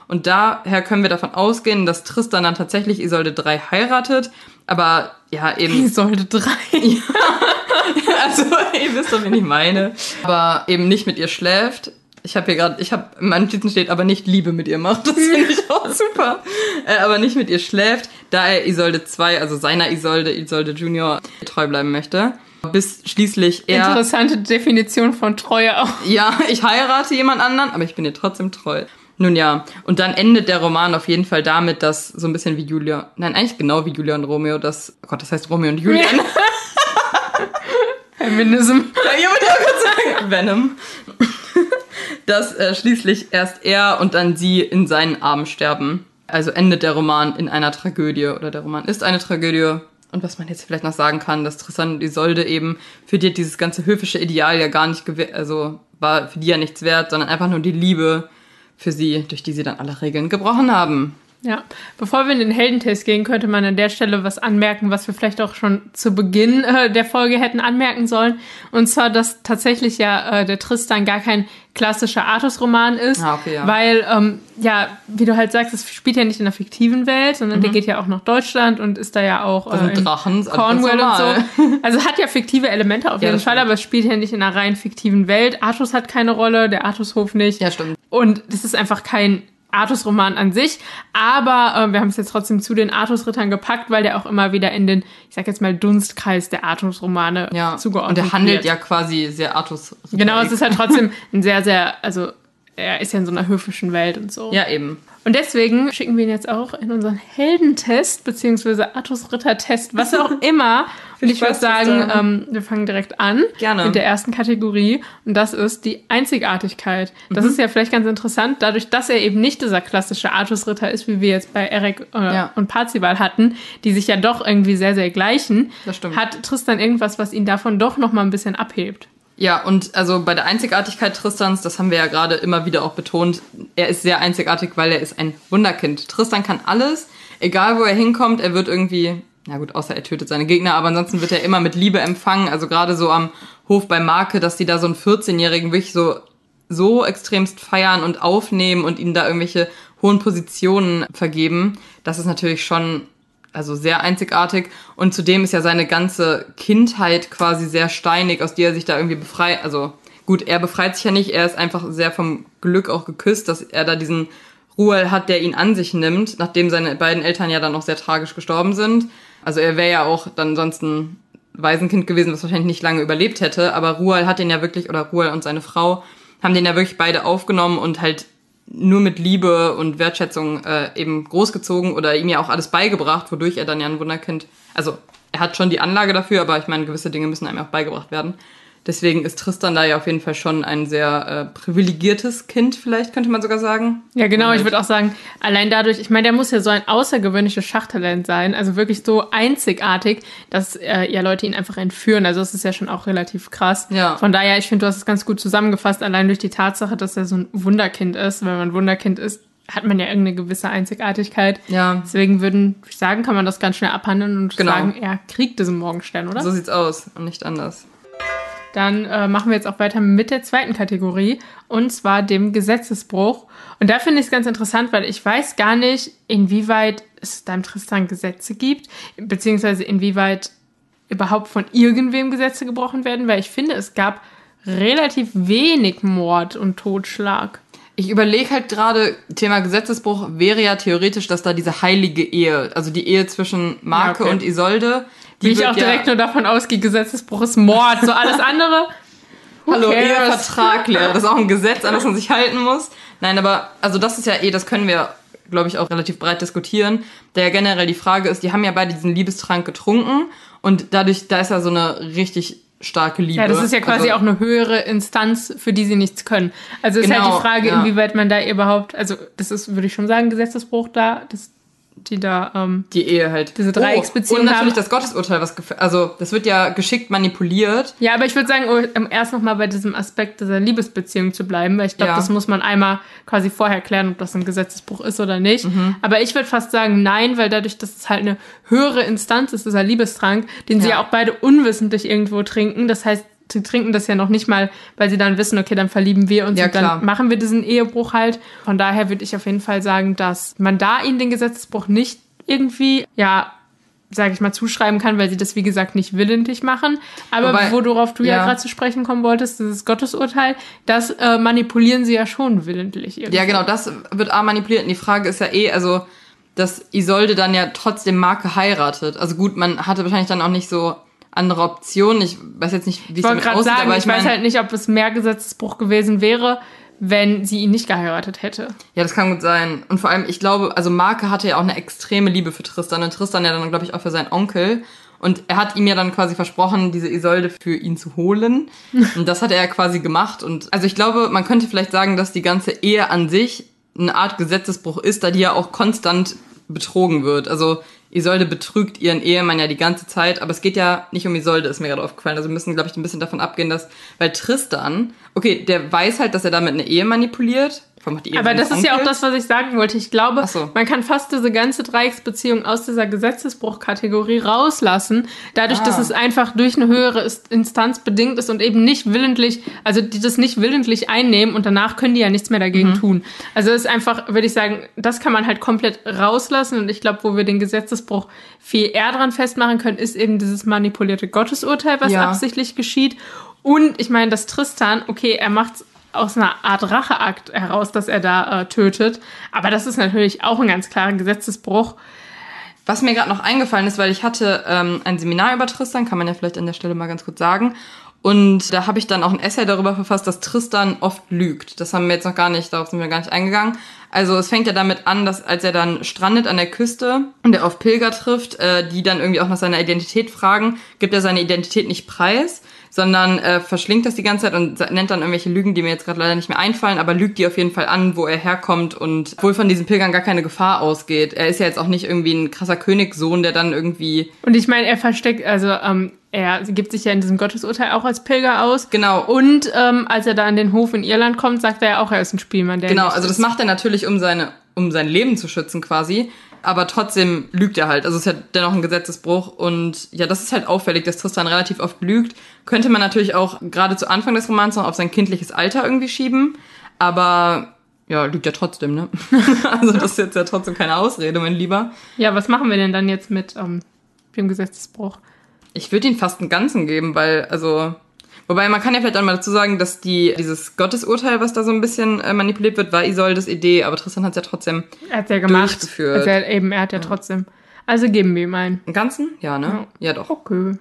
[SPEAKER 1] Und daher können wir davon ausgehen, dass Tristan dann tatsächlich Isolde drei heiratet. Aber ja, eben...
[SPEAKER 2] Isolde drei?
[SPEAKER 1] Ja, also, ihr wisst doch, wen ich meine. Aber eben nicht mit ihr schläft. Ich habe hier gerade, ich habe, in meinen Notizen steht, aber nicht Liebe mit ihr macht. Das finde ich auch super. Äh, aber nicht mit ihr schläft, da er Isolde zwei, also seiner Isolde, Isolde Junior, treu bleiben möchte. Bis schließlich er...
[SPEAKER 2] Interessante Definition von Treue auch.
[SPEAKER 1] Ja, ich heirate jemand anderen, aber ich bin ihr trotzdem treu. Nun ja, und dann endet der Roman auf jeden Fall damit, dass so ein bisschen wie Julia, nein, eigentlich genau wie Julia und Romeo, das, oh Gott, das heißt Romeo und Julian.
[SPEAKER 2] Feminism.
[SPEAKER 1] Ja, ich wollte auch kurz sagen, Venom. Dass äh, schließlich erst er und dann sie in seinen Armen sterben. Also endet der Roman in einer Tragödie, oder der Roman ist eine Tragödie. Und was man jetzt vielleicht noch sagen kann, dass Tristan und Isolde eben, für die dieses ganze höfische Ideal ja gar nicht, gew- also war für die ja nichts wert, sondern einfach nur die Liebe für sie, durch die sie dann alle Regeln gebrochen haben.
[SPEAKER 2] Ja, bevor wir in den Heldentest gehen, könnte man an der Stelle was anmerken, was wir vielleicht auch schon zu Beginn äh, der Folge hätten anmerken sollen. Und zwar, dass tatsächlich ja äh, der Tristan gar kein klassischer Artus-Roman ist,
[SPEAKER 1] ah, okay, ja.
[SPEAKER 2] weil, ähm, ja, wie du halt sagst, es spielt ja nicht in einer fiktiven Welt, sondern mhm. der geht ja auch nach Deutschland und ist da ja auch äh, in
[SPEAKER 1] Drachen,
[SPEAKER 2] Cornwall und so. Also hat ja fiktive Elemente auf
[SPEAKER 1] ja,
[SPEAKER 2] jeden Fall,
[SPEAKER 1] stimmt.
[SPEAKER 2] aber es spielt ja nicht in einer rein fiktiven Welt. Artus hat keine Rolle, der Artushof nicht.
[SPEAKER 1] Ja, stimmt.
[SPEAKER 2] Und das ist einfach kein Artus-Roman an sich, aber äh, wir haben es jetzt trotzdem zu den Artus-Rittern gepackt, weil der auch immer wieder in den, ich sag jetzt mal, Dunstkreis der Artus-Romane
[SPEAKER 1] ja.
[SPEAKER 2] zugeordnet
[SPEAKER 1] wird. Und der handelt
[SPEAKER 2] wird.
[SPEAKER 1] ja quasi sehr Artus.
[SPEAKER 2] Genau, es ist halt trotzdem ein sehr, sehr, also er ist ja in so einer höfischen Welt und so.
[SPEAKER 1] Ja, eben.
[SPEAKER 2] Und deswegen schicken wir ihn jetzt auch in unseren Heldentest, beziehungsweise Artus-Ritter-Test, was auch immer. Und ich würde sagen, ähm, wir fangen direkt an.
[SPEAKER 1] Gerne.
[SPEAKER 2] Mit der ersten Kategorie. Und das ist die Einzigartigkeit. Das mhm. ist ja vielleicht ganz interessant, dadurch, dass er eben nicht dieser klassische Artus-Ritter ist, wie wir jetzt bei Eric äh,
[SPEAKER 1] ja.
[SPEAKER 2] und Parzival hatten, die sich ja doch irgendwie sehr, sehr gleichen,
[SPEAKER 1] das stimmt.
[SPEAKER 2] hat Tristan irgendwas, was ihn davon doch noch mal ein bisschen abhebt.
[SPEAKER 1] Ja, und also bei der Einzigartigkeit Tristans, das haben wir ja gerade immer wieder auch betont, er ist sehr einzigartig, weil er ist ein Wunderkind. Tristan kann alles, egal wo er hinkommt, er wird irgendwie, na gut, außer er tötet seine Gegner, aber ansonsten wird er immer mit Liebe empfangen, also gerade so am Hof bei Marke, dass die da so einen vierzehnjährigen wirklich so, so extremst feiern und aufnehmen und ihnen da irgendwelche hohen Positionen vergeben, das ist natürlich schon... also sehr einzigartig. Und zudem ist ja seine ganze Kindheit quasi sehr steinig, aus der er sich da irgendwie befreit. Also gut, er befreit sich ja nicht, er ist einfach sehr vom Glück auch geküsst, dass er da diesen Ruhel hat, der ihn an sich nimmt, nachdem seine beiden Eltern ja dann noch sehr tragisch gestorben sind. Also er wäre ja auch dann sonst ein Waisenkind gewesen, was wahrscheinlich nicht lange überlebt hätte. Aber Ruhel hat den ja wirklich, oder Ruhel und seine Frau, haben den ja wirklich beide aufgenommen und halt nur mit Liebe und Wertschätzung äh, eben großgezogen oder ihm ja auch alles beigebracht, wodurch er dann ja ein Wunderkind, also er hat schon die Anlage dafür, aber ich meine, gewisse Dinge müssen einem auch beigebracht werden. Deswegen ist Tristan da ja auf jeden Fall schon ein sehr äh, privilegiertes Kind, vielleicht könnte man sogar sagen.
[SPEAKER 2] Ja, genau, ich würde auch sagen, allein dadurch, ich meine, der muss ja so ein außergewöhnliches Schachtalent sein, also wirklich so einzigartig, dass äh, ja Leute ihn einfach entführen, also das ist ja schon auch relativ krass.
[SPEAKER 1] Ja.
[SPEAKER 2] Von daher, ich finde, du hast es ganz gut zusammengefasst, allein durch die Tatsache, dass er so ein Wunderkind ist. Wenn man ein Wunderkind ist, hat man ja irgendeine gewisse Einzigartigkeit. Ja. Deswegen würden ich sagen, kann man das ganz schnell abhandeln und genau. sagen, er kriegt diesen Morgenstern, oder?
[SPEAKER 1] So sieht's aus und nicht anders.
[SPEAKER 2] Dann äh, machen wir jetzt auch weiter mit der zweiten Kategorie, und zwar dem Gesetzesbruch. Und da finde ich es ganz interessant, weil ich weiß gar nicht, inwieweit es beim Tristan Gesetze gibt, beziehungsweise inwieweit überhaupt von irgendwem Gesetze gebrochen werden, weil ich finde, es gab relativ wenig Mord und Totschlag.
[SPEAKER 1] Ich überlege halt gerade, Thema Gesetzesbruch wäre ja theoretisch, dass da diese heilige Ehe, also die Ehe zwischen Marke ja, okay. und Isolde,
[SPEAKER 2] die ich auch direkt ja nur davon ausgehe, Gesetzesbruch ist Mord, so alles andere.
[SPEAKER 1] Hallo, Ehevertrag, Lehrer, das ist auch ein Gesetz, an das man sich halten muss. Nein, aber also das ist ja eh, das können wir, glaube ich, auch relativ breit diskutieren. Da ja generell die Frage ist, die haben ja beide diesen Liebestrank getrunken und dadurch, da ist ja so eine richtig starke Liebe.
[SPEAKER 2] Ja, das ist ja quasi also auch eine höhere Instanz, für die sie nichts können. Also ist genau, halt die Frage, ja. inwieweit man da überhaupt, also das ist, würde ich schon sagen, Gesetzesbruch da, das die da ähm,
[SPEAKER 1] die Ehe halt
[SPEAKER 2] diese Dreiecksbeziehung
[SPEAKER 1] oh, und natürlich
[SPEAKER 2] haben.
[SPEAKER 1] Das Gottesurteil, was gef- also das wird ja geschickt manipuliert.
[SPEAKER 2] Ja, aber ich würde sagen, um erst noch mal bei diesem Aspekt dieser Liebesbeziehung zu bleiben, weil ich glaube, ja. das muss man einmal quasi vorher klären, ob das ein Gesetzesbruch ist oder nicht. Mhm. Aber ich würde fast sagen, nein, weil dadurch, dass es halt eine höhere Instanz ist, dieser Liebestrank, den sie ja, ja auch beide unwissentlich irgendwo trinken. Das heißt, sie trinken das ja noch nicht mal, weil sie dann wissen, okay, dann verlieben wir uns
[SPEAKER 1] ja,
[SPEAKER 2] und dann
[SPEAKER 1] klar.
[SPEAKER 2] machen wir diesen Ehebruch halt. Von daher würde ich auf jeden Fall sagen, dass man da ihnen den Gesetzesbruch nicht irgendwie, ja, sage ich mal, zuschreiben kann, weil sie das, wie gesagt, nicht willentlich machen. Aber
[SPEAKER 1] Wobei,
[SPEAKER 2] worauf du ja,
[SPEAKER 1] ja
[SPEAKER 2] gerade zu sprechen kommen wolltest, dieses Gottesurteil, das äh, manipulieren sie ja schon willentlich irgendwie.
[SPEAKER 1] Ja, genau, das wird A manipuliert. Und die Frage ist ja eh, also, dass Isolde dann ja trotzdem Mark heiratet. Also gut, man hatte wahrscheinlich dann auch nicht so andere Optionen. Ich weiß jetzt nicht, wie es damit aussieht,
[SPEAKER 2] sagen,
[SPEAKER 1] aber ich,
[SPEAKER 2] ich weiß
[SPEAKER 1] mein,
[SPEAKER 2] halt nicht, ob es mehr Gesetzesbruch gewesen wäre, wenn sie ihn nicht geheiratet hätte.
[SPEAKER 1] Ja, das kann gut sein. Und vor allem, ich glaube, also Marke hatte ja auch eine extreme Liebe für Tristan und Tristan ja dann, glaube ich, auch für seinen Onkel. Und er hat ihm ja dann quasi versprochen, diese Isolde für ihn zu holen. Und das hat er ja quasi gemacht. Und also ich glaube, man könnte vielleicht sagen, dass die ganze Ehe an sich eine Art Gesetzesbruch ist, da die ja auch konstant betrogen wird. Also Isolde betrügt ihren Ehemann ja die ganze Zeit, aber es geht ja nicht um Isolde, ist mir gerade aufgefallen. Also wir müssen, glaube ich, ein bisschen davon abgehen, dass, weil Tristan, okay, der weiß halt, dass er damit eine Ehe manipuliert. Die Ehe
[SPEAKER 2] aber das ist
[SPEAKER 1] Onkels.
[SPEAKER 2] ja auch das, was ich sagen wollte. Ich glaube,
[SPEAKER 1] so.
[SPEAKER 2] man kann fast diese ganze Dreiecksbeziehung aus dieser Gesetzesbruchkategorie rauslassen, dadurch, ah. dass es einfach durch eine höhere Instanz bedingt ist und eben nicht willentlich, also die das nicht willentlich einnehmen und danach können die ja nichts mehr dagegen mhm. tun. Also es ist einfach, würde ich sagen, das kann man halt komplett rauslassen und ich glaube, wo wir den Gesetzesbruch viel eher dran festmachen können, ist eben dieses manipulierte Gottesurteil, was ja. absichtlich geschieht. Und ich meine, dass Tristan, okay, er macht's aus einer Art Racheakt heraus, dass er da äh, tötet. Aber das ist natürlich auch ein ganz klarer Gesetzesbruch.
[SPEAKER 1] Was mir gerade noch eingefallen ist, weil ich hatte ähm, ein Seminar über Tristan, kann man ja vielleicht an der Stelle mal ganz kurz sagen. Und da habe ich dann auch ein Essay darüber verfasst, dass Tristan oft lügt. Das haben wir jetzt noch gar nicht, darauf sind wir gar nicht eingegangen. Also es fängt ja damit an, dass als er dann strandet an der Küste und er auf Pilger trifft, äh, die dann irgendwie auch nach seiner Identität fragen, gibt er seine Identität nicht preis, sondern äh, verschlingt das die ganze Zeit und nennt dann irgendwelche Lügen, die mir jetzt gerade leider nicht mehr einfallen, aber lügt die auf jeden Fall an, wo er herkommt und wohl von diesen Pilgern gar keine Gefahr ausgeht. Er ist ja jetzt auch nicht irgendwie ein krasser Königssohn, der dann irgendwie...
[SPEAKER 2] Und ich meine, er versteckt, also ähm, er gibt sich ja in diesem Gottesurteil auch als Pilger aus.
[SPEAKER 1] Genau.
[SPEAKER 2] Und ähm, als er da an den Hof in Irland kommt, sagt er ja auch, er ist ein Spielmann. Der
[SPEAKER 1] genau, also das macht er natürlich, um seine, um sein Leben zu schützen quasi. Aber trotzdem lügt er halt. Also es ist ja dennoch ein Gesetzesbruch. Und ja, das ist halt auffällig, dass Tristan relativ oft lügt. Könnte man natürlich auch gerade zu Anfang des Romans noch auf sein kindliches Alter irgendwie schieben. Aber ja, lügt ja trotzdem, ne? Also das ist jetzt ja trotzdem keine Ausrede, mein Lieber.
[SPEAKER 2] Ja, was machen wir denn dann jetzt mit ähm, dem Gesetzesbruch?
[SPEAKER 1] Ich würde ihn fast einen Ganzen geben, weil, also... Wobei, man kann ja vielleicht auch mal dazu sagen, dass die dieses Gottesurteil, was da so ein bisschen äh, manipuliert wird, war Isoldes Idee, aber Tristan hat es ja trotzdem
[SPEAKER 2] er hat's ja gemacht.
[SPEAKER 1] durchgeführt.
[SPEAKER 2] Also er, eben, er hat ja, ja trotzdem. Also geben wir ihm einen.
[SPEAKER 1] Einen Ganzen? Ja, ne? Ja, ja doch.
[SPEAKER 2] Okay.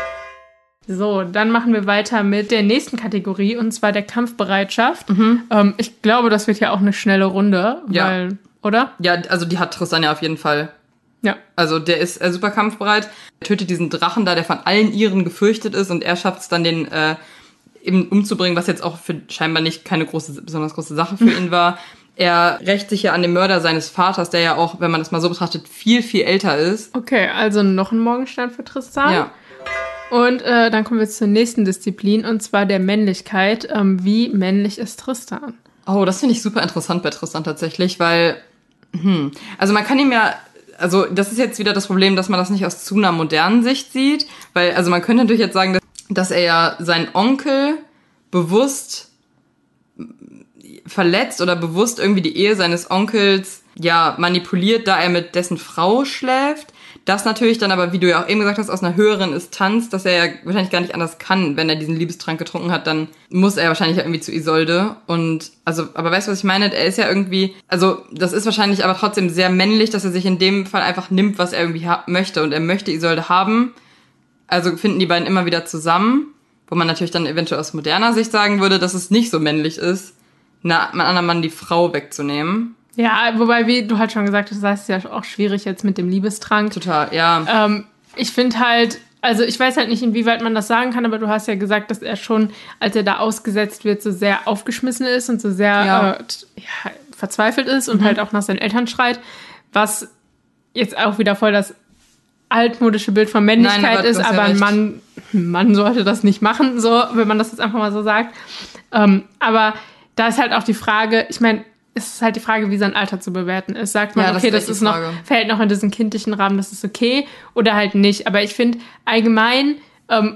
[SPEAKER 2] So, dann machen wir weiter mit der nächsten Kategorie, und zwar der Kampfbereitschaft. Mhm. Ähm, ich glaube, das wird ja auch eine schnelle Runde,
[SPEAKER 1] ja.
[SPEAKER 2] weil, oder?
[SPEAKER 1] Ja, also die hat Tristan ja auf jeden Fall.
[SPEAKER 2] Ja.
[SPEAKER 1] Also der ist äh, super kampfbereit, er tötet diesen Drachen da, der von allen Iren gefürchtet ist und er schafft es dann, den äh, eben umzubringen, was jetzt auch für scheinbar nicht keine große, besonders große Sache für ihn war. Er rächt sich ja an dem Mörder seines Vaters, der ja auch, wenn man das mal so betrachtet, viel, viel älter ist.
[SPEAKER 2] Okay, also noch ein Morgenstern für Tristan.
[SPEAKER 1] Ja.
[SPEAKER 2] Und äh, dann kommen wir zur nächsten Disziplin, und zwar der Männlichkeit. Ähm, wie männlich ist Tristan?
[SPEAKER 1] Oh, das finde ich super interessant bei Tristan tatsächlich, weil, hm, also man kann ihm ja... Also das ist jetzt wieder das Problem, dass man das nicht aus zu einer modernen Sicht sieht, weil also man könnte natürlich jetzt sagen, dass, dass er ja seinen Onkel bewusst verletzt oder bewusst irgendwie die Ehe seines Onkels ja manipuliert, da er mit dessen Frau schläft. Das natürlich dann aber, wie du ja auch eben gesagt hast, aus einer höheren Instanz, dass er ja wahrscheinlich gar nicht anders kann, wenn er diesen Liebestrank getrunken hat, dann muss er wahrscheinlich ja irgendwie zu Isolde. Und also, aber weißt du, was ich meine? Er ist ja irgendwie, also das ist wahrscheinlich aber trotzdem sehr männlich, dass er sich in dem Fall einfach nimmt, was er irgendwie ha- möchte. Und er möchte Isolde haben. Also finden die beiden immer wieder zusammen, wo man natürlich dann eventuell aus moderner Sicht sagen würde, dass es nicht so männlich ist, einem anderen Mann die Frau wegzunehmen.
[SPEAKER 2] Ja, wobei, wie du halt schon gesagt hast, das ist ja auch schwierig jetzt mit dem Liebestrank.
[SPEAKER 1] Total, ja.
[SPEAKER 2] Ähm, ich finde halt, also ich weiß halt nicht, inwieweit man das sagen kann, aber du hast ja gesagt, dass er schon, als er da ausgesetzt wird, so sehr aufgeschmissen ist und so sehr
[SPEAKER 1] ja.
[SPEAKER 2] äh, ja, verzweifelt ist und
[SPEAKER 1] mhm.
[SPEAKER 2] halt auch nach seinen Eltern schreit, was jetzt auch wieder voll das altmodische Bild von Männlichkeit Nein, aber ist, aber ja ein Mann, Mann sollte das nicht machen, so, wenn man das jetzt einfach mal so sagt. Ähm, aber da ist halt auch die Frage, ich meine, es ist halt die Frage, wie sein Alter zu bewerten ist. Sagt man, ja, das okay, ist das ist noch, fällt noch in diesen kindlichen Rahmen, das ist okay, oder halt nicht. Aber ich finde, allgemein ähm,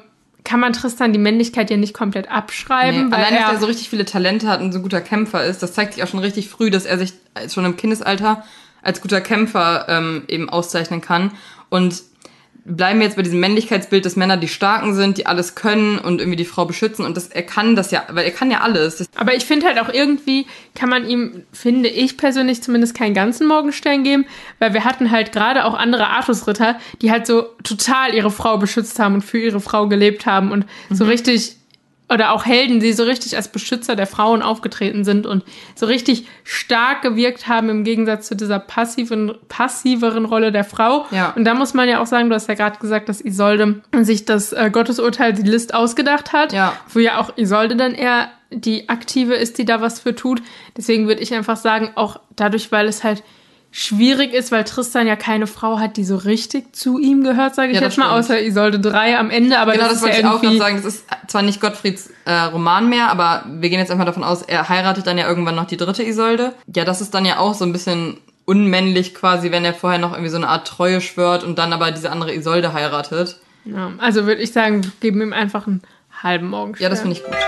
[SPEAKER 2] kann man Tristan die Männlichkeit ja nicht komplett abschreiben.
[SPEAKER 1] Nee,
[SPEAKER 2] weil
[SPEAKER 1] allein,
[SPEAKER 2] er,
[SPEAKER 1] dass er so richtig viele Talente hat und so ein guter Kämpfer ist, das zeigt sich auch schon richtig früh, dass er sich schon im Kindesalter als guter Kämpfer ähm, eben auszeichnen kann. Und bleiben wir jetzt bei diesem Männlichkeitsbild, dass Männer die Starken sind, die alles können und irgendwie die Frau beschützen. Und das, er kann das ja, weil er kann ja alles. Das
[SPEAKER 2] aber ich finde halt auch irgendwie, kann man ihm, finde ich persönlich zumindest, keinen ganzen Morgenstern geben, weil wir hatten halt gerade auch andere Artusritter, die halt so total ihre Frau beschützt haben und für ihre Frau gelebt haben und mhm. so richtig, oder auch Helden, die so richtig als Beschützer der Frauen aufgetreten sind und so richtig stark gewirkt haben im Gegensatz zu dieser passiven, passiveren Rolle der Frau.
[SPEAKER 1] Ja.
[SPEAKER 2] Und da muss man ja auch sagen, du hast ja gerade gesagt, dass Isolde sich das äh, Gottesurteil, die List ausgedacht hat,
[SPEAKER 1] ja.
[SPEAKER 2] wo ja auch Isolde dann eher die Aktive ist, die da was für tut. Deswegen würde ich einfach sagen, auch dadurch, weil es halt schwierig ist, weil Tristan ja keine Frau hat, die so richtig zu ihm gehört, sage ich
[SPEAKER 1] ja,
[SPEAKER 2] jetzt mal,
[SPEAKER 1] stimmt.
[SPEAKER 2] außer Isolde drei am Ende. Aber
[SPEAKER 1] genau,
[SPEAKER 2] das,
[SPEAKER 1] das
[SPEAKER 2] ist
[SPEAKER 1] wollte
[SPEAKER 2] ja
[SPEAKER 1] ich auch
[SPEAKER 2] irgendwie
[SPEAKER 1] gerade sagen. Das ist zwar nicht Gottfrieds äh, Roman mehr, aber wir gehen jetzt einfach davon aus, er heiratet dann ja irgendwann noch die dritte Isolde. Ja, das ist dann ja auch so ein bisschen unmännlich quasi, wenn er vorher noch irgendwie so eine Art Treue schwört und dann aber diese andere Isolde heiratet.
[SPEAKER 2] Ja, also würde ich sagen, wir geben ihm einfach einen halben Morgenstern.
[SPEAKER 1] Ja, das finde ich gut.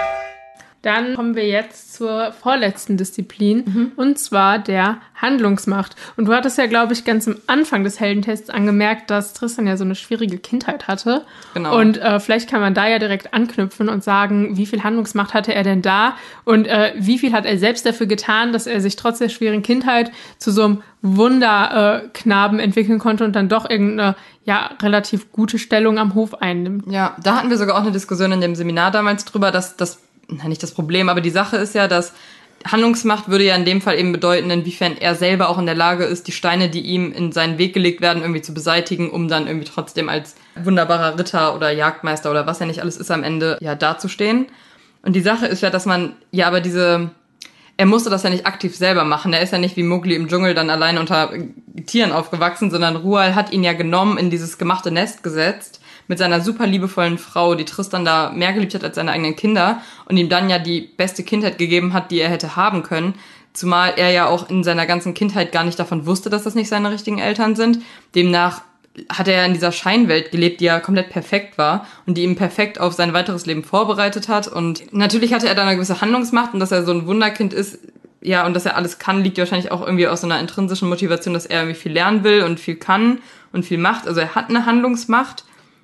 [SPEAKER 2] Dann kommen wir jetzt zur vorletzten Disziplin, mhm. und zwar der Handlungsmacht. Und du hattest ja, glaube ich, ganz am Anfang des Heldentests angemerkt, dass Tristan ja so eine schwierige Kindheit hatte.
[SPEAKER 1] Genau.
[SPEAKER 2] Und äh, vielleicht kann man da ja direkt anknüpfen und sagen, wie viel Handlungsmacht hatte er denn da und äh, wie viel hat er selbst dafür getan, dass er sich trotz der schwierigen Kindheit zu so einem Wunderknaben äh, entwickeln konnte und dann doch irgendeine ja relativ gute Stellung am Hof einnimmt.
[SPEAKER 1] Ja, da hatten wir sogar auch eine Diskussion in dem Seminar damals drüber, dass das Nein, nicht das Problem, aber die Sache ist ja, dass Handlungsmacht würde ja in dem Fall eben bedeuten, inwiefern er selber auch in der Lage ist, die Steine, die ihm in seinen Weg gelegt werden, irgendwie zu beseitigen, um dann irgendwie trotzdem als wunderbarer Ritter oder Jagdmeister oder was ja nicht alles ist am Ende, ja, dazustehen. Und die Sache ist ja, dass man, ja, aber diese, er musste das ja nicht aktiv selber machen. Er ist ja nicht wie Mowgli im Dschungel dann allein unter Tieren aufgewachsen, sondern Rual hat ihn ja genommen, in dieses gemachte Nest gesetzt, mit seiner super liebevollen Frau, die Tristan da mehr geliebt hat als seine eigenen Kinder und ihm dann ja die beste Kindheit gegeben hat, die er hätte haben können. Zumal er ja auch in seiner ganzen Kindheit gar nicht davon wusste, dass das nicht seine richtigen Eltern sind. Demnach hat er ja in dieser Scheinwelt gelebt, die ja komplett perfekt war und die ihm perfekt auf sein weiteres Leben vorbereitet hat. Und natürlich hatte er da eine gewisse Handlungsmacht und dass er so ein Wunderkind ist, ja, und dass er alles kann, liegt wahrscheinlich auch irgendwie aus so einer intrinsischen Motivation, dass er irgendwie viel lernen will und viel kann und viel macht. Also er hat eine Handlungsmacht.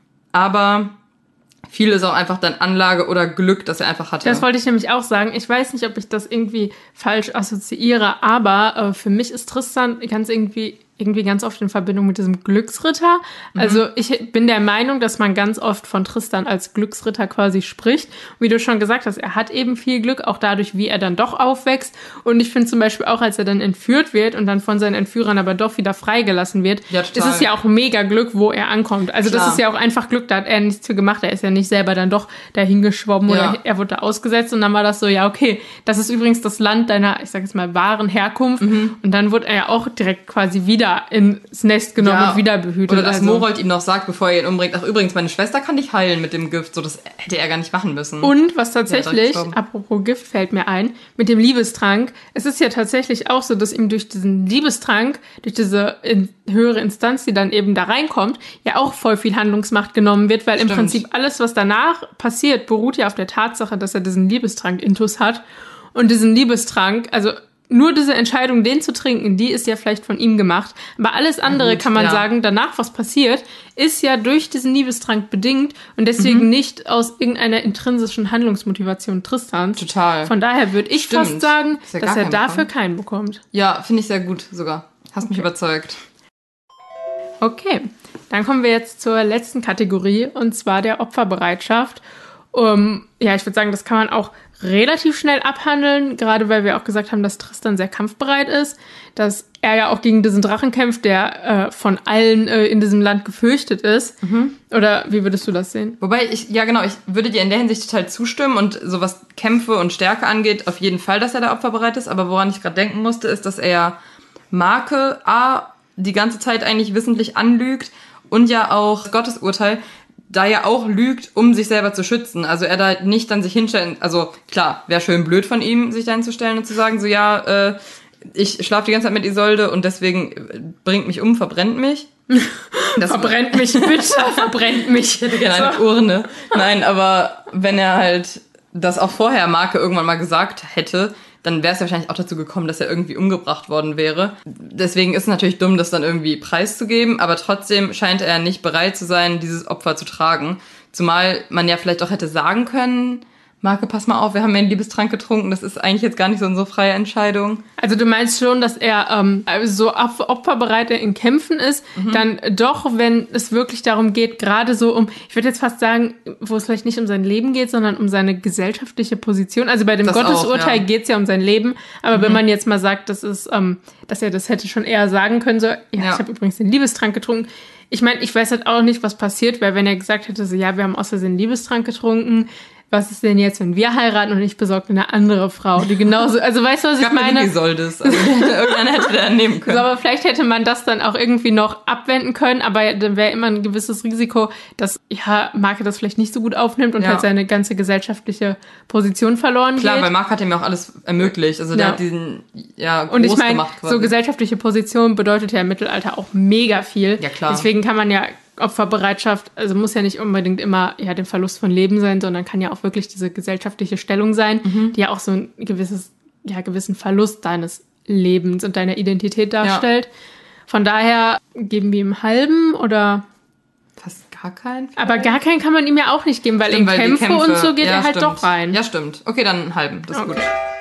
[SPEAKER 1] Aber viel ist auch einfach dann Anlage oder Glück, das er einfach hatte.
[SPEAKER 2] Das wollte ich nämlich auch sagen. Ich weiß nicht, ob ich das irgendwie falsch assoziiere, aber äh, für mich ist Tristan ganz irgendwie irgendwie ganz oft in Verbindung mit diesem Glücksritter. Mhm. Also ich bin der Meinung, dass man ganz oft von Tristan als Glücksritter quasi spricht. Wie du schon gesagt hast, er hat eben viel Glück, auch dadurch, wie er dann doch aufwächst. Und ich finde zum Beispiel auch, als er dann entführt wird und dann von seinen Entführern aber doch wieder freigelassen wird,
[SPEAKER 1] ja,
[SPEAKER 2] ist es ja auch mega Glück, wo er ankommt. Also Klar. Das ist ja auch einfach Glück, da hat er nichts für gemacht. Er ist ja nicht selber dann doch dahin geschwommen ja. oder er wurde da ausgesetzt und dann war das so, ja okay, das ist übrigens das Land deiner, ich sag jetzt mal, wahren Herkunft. Mhm. Und dann wurde er ja auch direkt quasi wieder ins Nest genommen ja. und wieder behütet.
[SPEAKER 1] Oder dass
[SPEAKER 2] also.
[SPEAKER 1] Morold ihm noch sagt, bevor er ihn umbringt, ach übrigens, meine Schwester kann dich heilen mit dem Gift. So, das hätte er gar nicht machen müssen.
[SPEAKER 2] Und was tatsächlich, ja, apropos Gift fällt mir ein, mit dem Liebestrank, es ist ja tatsächlich auch so, dass ihm durch diesen Liebestrank, durch diese in, höhere Instanz, die dann eben da reinkommt, ja auch voll viel Handlungsmacht genommen wird, weil Stimmt. im Prinzip alles, was danach passiert, beruht ja auf der Tatsache, dass er diesen Liebestrank-Intus hat. Und diesen Liebestrank, also nur diese Entscheidung, den zu trinken, die ist ja vielleicht von ihm gemacht. Aber alles andere, ja, gut, kann man ja. sagen, danach, was passiert, ist ja durch diesen Liebestrank bedingt und deswegen mhm. nicht aus irgendeiner intrinsischen Handlungsmotivation Tristans.
[SPEAKER 1] Total.
[SPEAKER 2] Von daher würde ich Stimmt. fast sagen, ja dass er dafür bekommen. keinen bekommt.
[SPEAKER 1] Ja, finde ich sehr gut sogar. Hast okay. mich überzeugt.
[SPEAKER 2] Okay, dann kommen wir jetzt zur letzten Kategorie und zwar der Opferbereitschaft. Um, ja, ich würde sagen, das kann man auch relativ schnell abhandeln, gerade weil wir auch gesagt haben, dass Tristan sehr kampfbereit ist, dass er ja auch gegen diesen Drachen kämpft, der äh, von allen äh, in diesem Land gefürchtet ist. Mhm. Oder wie würdest du das sehen?
[SPEAKER 1] Wobei, ich ja genau, ich würde dir in der Hinsicht total zustimmen und so was Kämpfe und Stärke angeht, auf jeden Fall, dass er da opferbereit ist. Aber woran ich gerade denken musste, ist, dass er Marke A die ganze Zeit eigentlich wissentlich anlügt und ja auch Gottes Urteil da ja auch lügt, um sich selber zu schützen. Also er da nicht dann sich hinstellen, also klar, wäre schön blöd von ihm, sich da hinzustellen und zu sagen, so ja, äh, ich schlafe die ganze Zeit mit Isolde und deswegen bringt mich um, verbrennt mich.
[SPEAKER 2] Das verbrennt mich, bitte, verbrennt mich.
[SPEAKER 1] Ich hätte gerne eine so. Urne. Nein, aber wenn er halt das auch vorher Marke irgendwann mal gesagt hätte, dann wäre es ja wahrscheinlich auch dazu gekommen, dass er irgendwie umgebracht worden wäre. Deswegen ist es natürlich dumm, das dann irgendwie preiszugeben, aber trotzdem scheint er nicht bereit zu sein, dieses Opfer zu tragen. Zumal man ja vielleicht auch hätte sagen können, Marke, pass mal auf, wir haben ja einen Liebestrank getrunken, das ist eigentlich jetzt gar nicht so unsere freie Entscheidung.
[SPEAKER 2] Also du meinst schon, dass er ähm, so opferbereit in Kämpfen ist, mhm. dann doch, wenn es wirklich darum geht, gerade so um, ich würde jetzt fast sagen, wo es vielleicht nicht um sein Leben geht, sondern um seine gesellschaftliche Position. Also bei dem das Gottesurteil ja. geht es ja um sein Leben, aber mhm. wenn man jetzt mal sagt, das ist, ähm, dass er das hätte schon eher sagen können, so, ja, ja. ich habe übrigens den Liebestrank getrunken. Ich meine, ich weiß halt auch nicht, was passiert wäre, wenn er gesagt hätte, so, ja, wir haben aus Versehen einen Liebestrank getrunken. Was ist denn jetzt, wenn wir heiraten und ich besorge eine andere Frau, die genauso, also weißt du, was ich meine?
[SPEAKER 1] Wie soll das? Also, irgendeiner hätte der nehmen können.
[SPEAKER 2] So, aber vielleicht hätte man das dann auch irgendwie noch abwenden können, aber dann wäre immer ein gewisses Risiko, dass, ja, Marke das vielleicht nicht so gut aufnimmt und ja. halt seine ganze gesellschaftliche Position verloren
[SPEAKER 1] Klar,
[SPEAKER 2] geht.
[SPEAKER 1] Klar, weil Marke hat ihm ja auch alles ermöglicht, also der
[SPEAKER 2] ja.
[SPEAKER 1] hat diesen, ja, groß
[SPEAKER 2] und ich meine,
[SPEAKER 1] gemacht quasi.
[SPEAKER 2] So gesellschaftliche Position bedeutet ja im Mittelalter auch mega viel.
[SPEAKER 1] Ja, klar.
[SPEAKER 2] Deswegen kann man ja Opferbereitschaft, also muss ja nicht unbedingt immer ja den Verlust von Leben sein, sondern kann ja auch wirklich diese gesellschaftliche Stellung sein, mhm. die ja auch so ein gewisses, ja, gewissen Verlust deines Lebens und deiner Identität darstellt. Ja. Von daher geben wir ihm halben oder
[SPEAKER 1] fast gar keinen. Vielleicht?
[SPEAKER 2] Aber gar keinen kann man ihm ja auch nicht geben, weil stimmt, in weil Kämpfe, Kämpfe und so geht ja, er halt
[SPEAKER 1] stimmt.
[SPEAKER 2] doch rein.
[SPEAKER 1] Ja, stimmt. Okay, dann einen halben, das ist okay. gut.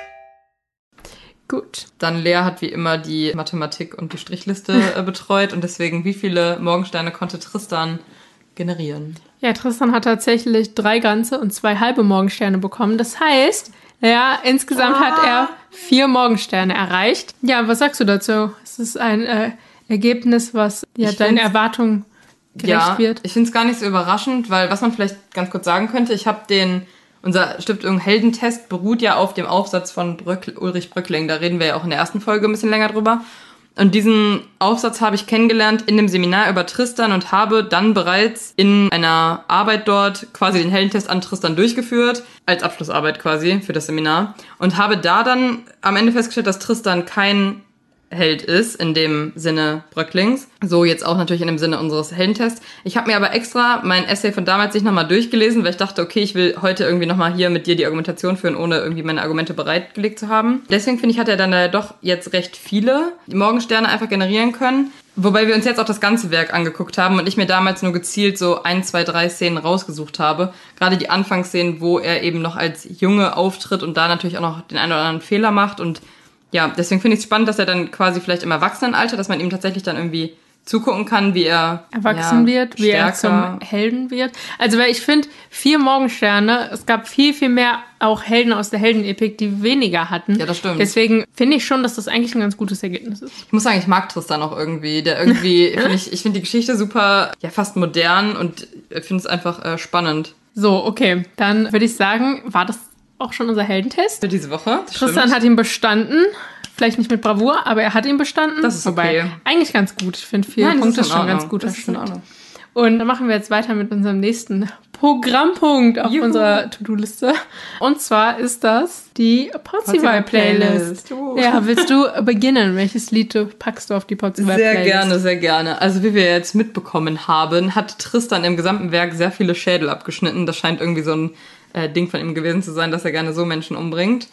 [SPEAKER 2] Gut.
[SPEAKER 1] Dann Lea hat wie immer die Mathematik und die Strichliste äh, betreut und deswegen, wie viele Morgensterne konnte Tristan generieren?
[SPEAKER 2] Ja, Tristan hat tatsächlich drei ganze und zwei halbe Morgensterne bekommen. Das heißt, ja, insgesamt ah. hat er vier Morgensterne erreicht. Ja, was sagst du dazu? Es ist ein äh, Ergebnis, was ja ich deinen Erwartungen gerecht
[SPEAKER 1] ja,
[SPEAKER 2] wird.
[SPEAKER 1] Ich finde es gar nicht so überraschend, weil was man vielleicht ganz kurz sagen könnte, ich habe den Unser Stiftung Heldentest beruht ja auf dem Aufsatz von Bröck, Ulrich Bröckling. Da reden wir ja auch in der ersten Folge ein bisschen länger drüber. Und diesen Aufsatz habe ich kennengelernt in dem Seminar über Tristan und habe dann bereits in einer Arbeit dort quasi den Heldentest an Tristan durchgeführt, als Abschlussarbeit quasi für das Seminar. Und habe da dann am Ende festgestellt, dass Tristan kein Held ist, in dem Sinne Bröcklings. So jetzt auch natürlich in dem Sinne unseres Heldentests. Ich habe mir aber extra mein Essay von damals nicht nochmal durchgelesen, weil ich dachte, okay, ich will heute irgendwie nochmal hier mit dir die Argumentation führen, ohne irgendwie meine Argumente bereitgelegt zu haben. Deswegen finde ich, hat er dann da doch jetzt recht viele Morgensterne einfach generieren können. Wobei wir uns jetzt auch das ganze Werk angeguckt haben und ich mir damals nur gezielt so ein, zwei, drei Szenen rausgesucht habe. Gerade die Anfangsszenen, wo er eben noch als Junge auftritt und da natürlich auch noch den einen oder anderen Fehler macht. Und ja, deswegen finde ich es spannend, dass er dann quasi vielleicht im Erwachsenenalter, dass man ihm tatsächlich dann irgendwie zugucken kann, wie er
[SPEAKER 2] erwachsen
[SPEAKER 1] ja,
[SPEAKER 2] wird, wie er zum Helden wird. Also weil ich finde, vier Morgensterne, es gab viel, viel mehr auch Helden aus der Heldenepik, die weniger hatten.
[SPEAKER 1] Ja, das stimmt.
[SPEAKER 2] Deswegen finde ich schon, dass das eigentlich ein ganz gutes Ergebnis ist.
[SPEAKER 1] Ich muss sagen, ich mag Tristan auch irgendwie. Der irgendwie, find ich, ich finde die Geschichte super, ja, fast modern und ich finde es einfach äh, spannend.
[SPEAKER 2] So, okay. Dann würde ich sagen, war das auch schon unser Heldentest.
[SPEAKER 1] Für diese Woche.
[SPEAKER 2] Tristan
[SPEAKER 1] stimmt.
[SPEAKER 2] hat ihn bestanden. Vielleicht nicht mit Bravour, aber er hat ihn bestanden.
[SPEAKER 1] Das ist okay.
[SPEAKER 2] Wobei, eigentlich ganz gut. Ich finde, vier Nein, Punkte ist schon ganz gut.
[SPEAKER 1] Das ist in Ordnung.
[SPEAKER 2] Und dann machen wir jetzt weiter mit unserem nächsten Programmpunkt auf Juhu. unserer To-Do-Liste. Und zwar ist das die Potzival-Playlist. Uh. Ja, willst du beginnen? Welches Lied du packst du auf die Potzival-Playlist?
[SPEAKER 1] Sehr gerne, sehr gerne. Also wie wir jetzt mitbekommen haben, hat Tristan im gesamten Werk sehr viele Schädel abgeschnitten. Das scheint irgendwie so ein äh, Ding von ihm gewesen zu sein, dass er gerne so Menschen umbringt.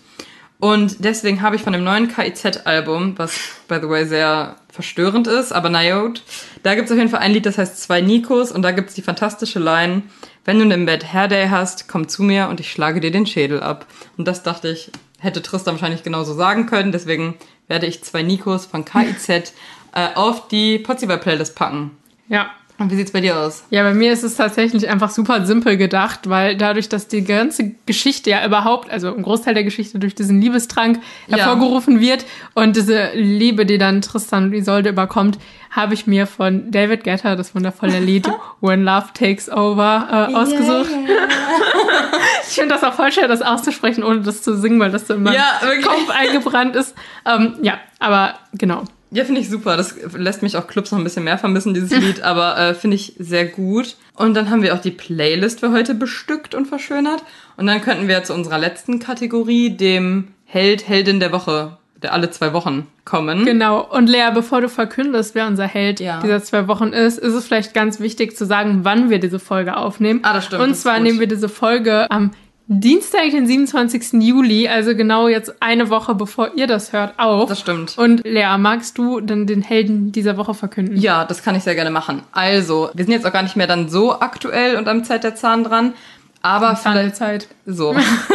[SPEAKER 1] Und deswegen habe ich von dem neuen K I Z-Album, was, by the way, sehr verstörend ist, aber na gut, da gibt es auf jeden Fall ein Lied, das heißt Zwei Nikos und da gibt es die fantastische Line, wenn du im Bett Hair Day hast, komm zu mir und ich schlage dir den Schädel ab. Und das dachte ich, hätte Tristan wahrscheinlich genauso sagen können, deswegen werde ich Zwei Nikos von K I Z äh, auf die Potzival-Playlist packen.
[SPEAKER 2] Ja.
[SPEAKER 1] Und wie sieht's bei dir aus?
[SPEAKER 2] Ja, bei mir ist es tatsächlich einfach super simpel gedacht, weil dadurch, dass die ganze Geschichte ja überhaupt, also ein Großteil der Geschichte durch diesen Liebestrank ja. hervorgerufen wird und diese Liebe, die dann Tristan und Isolde überkommt, habe ich mir von David Guetta das wundervolle Lied When Love Takes Over äh, ausgesucht. Yeah, yeah. Ich finde das auch voll schwer, das auszusprechen, ohne das zu singen, weil das so in meinem ja, Kopf eingebrannt ist. Ähm, ja, aber genau.
[SPEAKER 1] Ja, finde ich super. Das lässt mich auch Clubs noch ein bisschen mehr vermissen, dieses Lied, aber äh, finde ich sehr gut. Und dann haben wir auch die Playlist für heute bestückt und verschönert. Und dann könnten wir zu unserer letzten Kategorie, dem Held, Heldin der Woche, der alle zwei Wochen kommen.
[SPEAKER 2] Genau. Und Lea, bevor du verkündest, wer unser Held
[SPEAKER 1] Ja.
[SPEAKER 2] dieser zwei Wochen ist, ist es vielleicht ganz wichtig zu sagen, wann wir diese Folge aufnehmen.
[SPEAKER 1] Ah, das stimmt.
[SPEAKER 2] Und
[SPEAKER 1] das
[SPEAKER 2] zwar
[SPEAKER 1] ist gut.
[SPEAKER 2] nehmen wir diese Folge am Dienstag, den siebenundzwanzigsten Juli, also genau jetzt eine Woche, bevor ihr das hört, auf.
[SPEAKER 1] Das stimmt.
[SPEAKER 2] Und Lea, magst du dann den Helden dieser Woche verkünden?
[SPEAKER 1] Ja, das kann ich sehr gerne machen. Also, wir sind jetzt auch gar nicht mehr dann so aktuell und am Zeit der Zahn dran. Aber vielleicht,
[SPEAKER 2] Zeit.
[SPEAKER 1] so.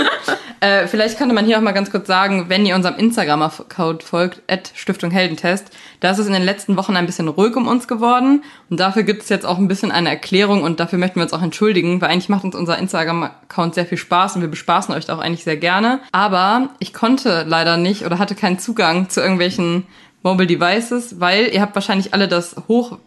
[SPEAKER 1] äh, vielleicht könnte man hier auch mal ganz kurz sagen, wenn ihr unserem Instagram-Account folgt, at Stiftung Heldentest, da ist es in den letzten Wochen ein bisschen ruhig um uns geworden. Und dafür gibt es jetzt auch ein bisschen eine Erklärung und dafür möchten wir uns auch entschuldigen, weil eigentlich macht uns unser Instagram-Account sehr viel Spaß und wir bespaßen euch da auch eigentlich sehr gerne. Aber ich konnte leider nicht oder hatte keinen Zugang zu irgendwelchen Mobile Devices, weil ihr habt wahrscheinlich alle das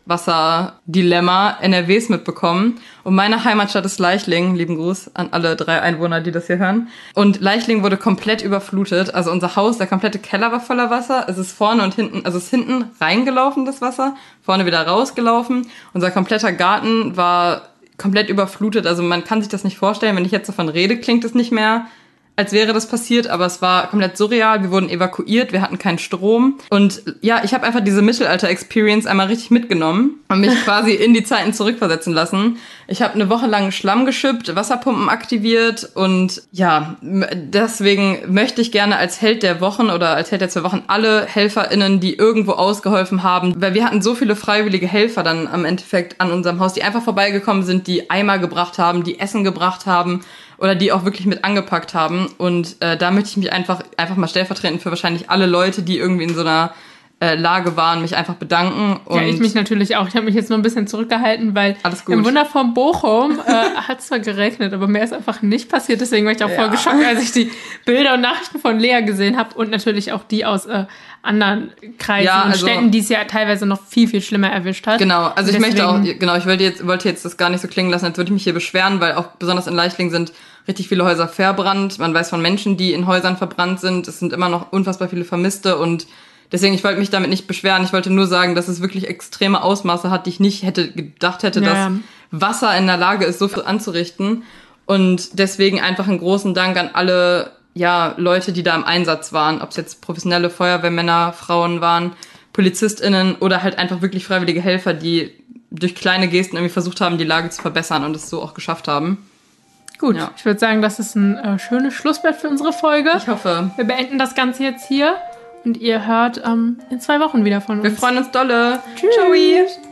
[SPEAKER 1] Hochwasser-Dilemma N R Ws mitbekommen. Und meine Heimatstadt ist Leichling. Lieben Gruß an alle drei Einwohner, die das hier hören. Und Leichling wurde komplett überflutet. Also unser Haus, der komplette Keller war voller Wasser. Es ist vorne und hinten, also es ist hinten reingelaufen, das Wasser, vorne wieder rausgelaufen. Unser kompletter Garten war komplett überflutet. Also man kann sich das nicht vorstellen. Wenn ich jetzt davon rede, klingt es nicht mehr, als wäre das passiert, aber es war komplett surreal. Wir wurden evakuiert, wir hatten keinen Strom. Und ja, ich habe einfach diese Mittelalter-Experience einmal richtig mitgenommen und mich quasi in die Zeiten zurückversetzen lassen. Ich habe eine Woche lang Schlamm geschippt, Wasserpumpen aktiviert und ja, deswegen möchte ich gerne als Held der Wochen oder als Held der zwei Wochen alle HelferInnen, die irgendwo ausgeholfen haben, weil wir hatten so viele freiwillige Helfer dann am Endeffekt an unserem Haus, die einfach vorbeigekommen sind, die Eimer gebracht haben, die Essen gebracht haben, oder die auch wirklich mit angepackt haben. Und äh, da möchte ich mich einfach einfach mal stellvertretend für wahrscheinlich alle Leute, die irgendwie in so einer äh, Lage waren, mich einfach bedanken. Und
[SPEAKER 2] ja, ich mich natürlich auch. Ich habe mich jetzt nur ein bisschen zurückgehalten, weil
[SPEAKER 1] alles gut.
[SPEAKER 2] Im wundervollen Bochum äh, hat es zwar geregnet, aber mehr ist einfach nicht passiert. Deswegen war ich auch
[SPEAKER 1] Ja.
[SPEAKER 2] voll geschockt, als ich die Bilder und Nachrichten von Lea gesehen habe und natürlich auch die aus äh, anderen Kreisen
[SPEAKER 1] Ja,
[SPEAKER 2] und
[SPEAKER 1] also-
[SPEAKER 2] Städten, die es ja teilweise noch viel, viel schlimmer erwischt hat.
[SPEAKER 1] Genau, also ich
[SPEAKER 2] Deswegen-
[SPEAKER 1] möchte auch, genau, ich wollte jetzt, wollte jetzt das gar nicht so klingen lassen, als würde ich mich hier beschweren, weil auch besonders in Leichling sind richtig viele Häuser verbrannt. Man weiß von Menschen, die in Häusern verbrannt sind. Es sind immer noch unfassbar viele Vermisste und deswegen, ich wollte mich damit nicht beschweren. Ich wollte nur sagen, dass es wirklich extreme Ausmaße hat, die ich nicht hätte gedacht hätte,
[SPEAKER 2] Ja,
[SPEAKER 1] dass
[SPEAKER 2] ja.
[SPEAKER 1] Wasser in der Lage ist, so viel anzurichten. Und deswegen einfach einen großen Dank an alle, ja, Leute, die da im Einsatz waren. Ob es jetzt professionelle Feuerwehrmänner, Frauen waren, PolizistInnen oder halt einfach wirklich freiwillige Helfer, die durch kleine Gesten irgendwie versucht haben, die Lage zu verbessern und es so auch geschafft haben.
[SPEAKER 2] Gut,
[SPEAKER 1] Ja.
[SPEAKER 2] ich würde sagen, das ist ein äh, schönes Schlusswort für unsere Folge.
[SPEAKER 1] Ich hoffe.
[SPEAKER 2] Wir beenden das Ganze jetzt hier und ihr hört ähm, in zwei Wochen wieder von uns.
[SPEAKER 1] Wir freuen uns dolle.
[SPEAKER 2] Tschüss.
[SPEAKER 1] Ciao.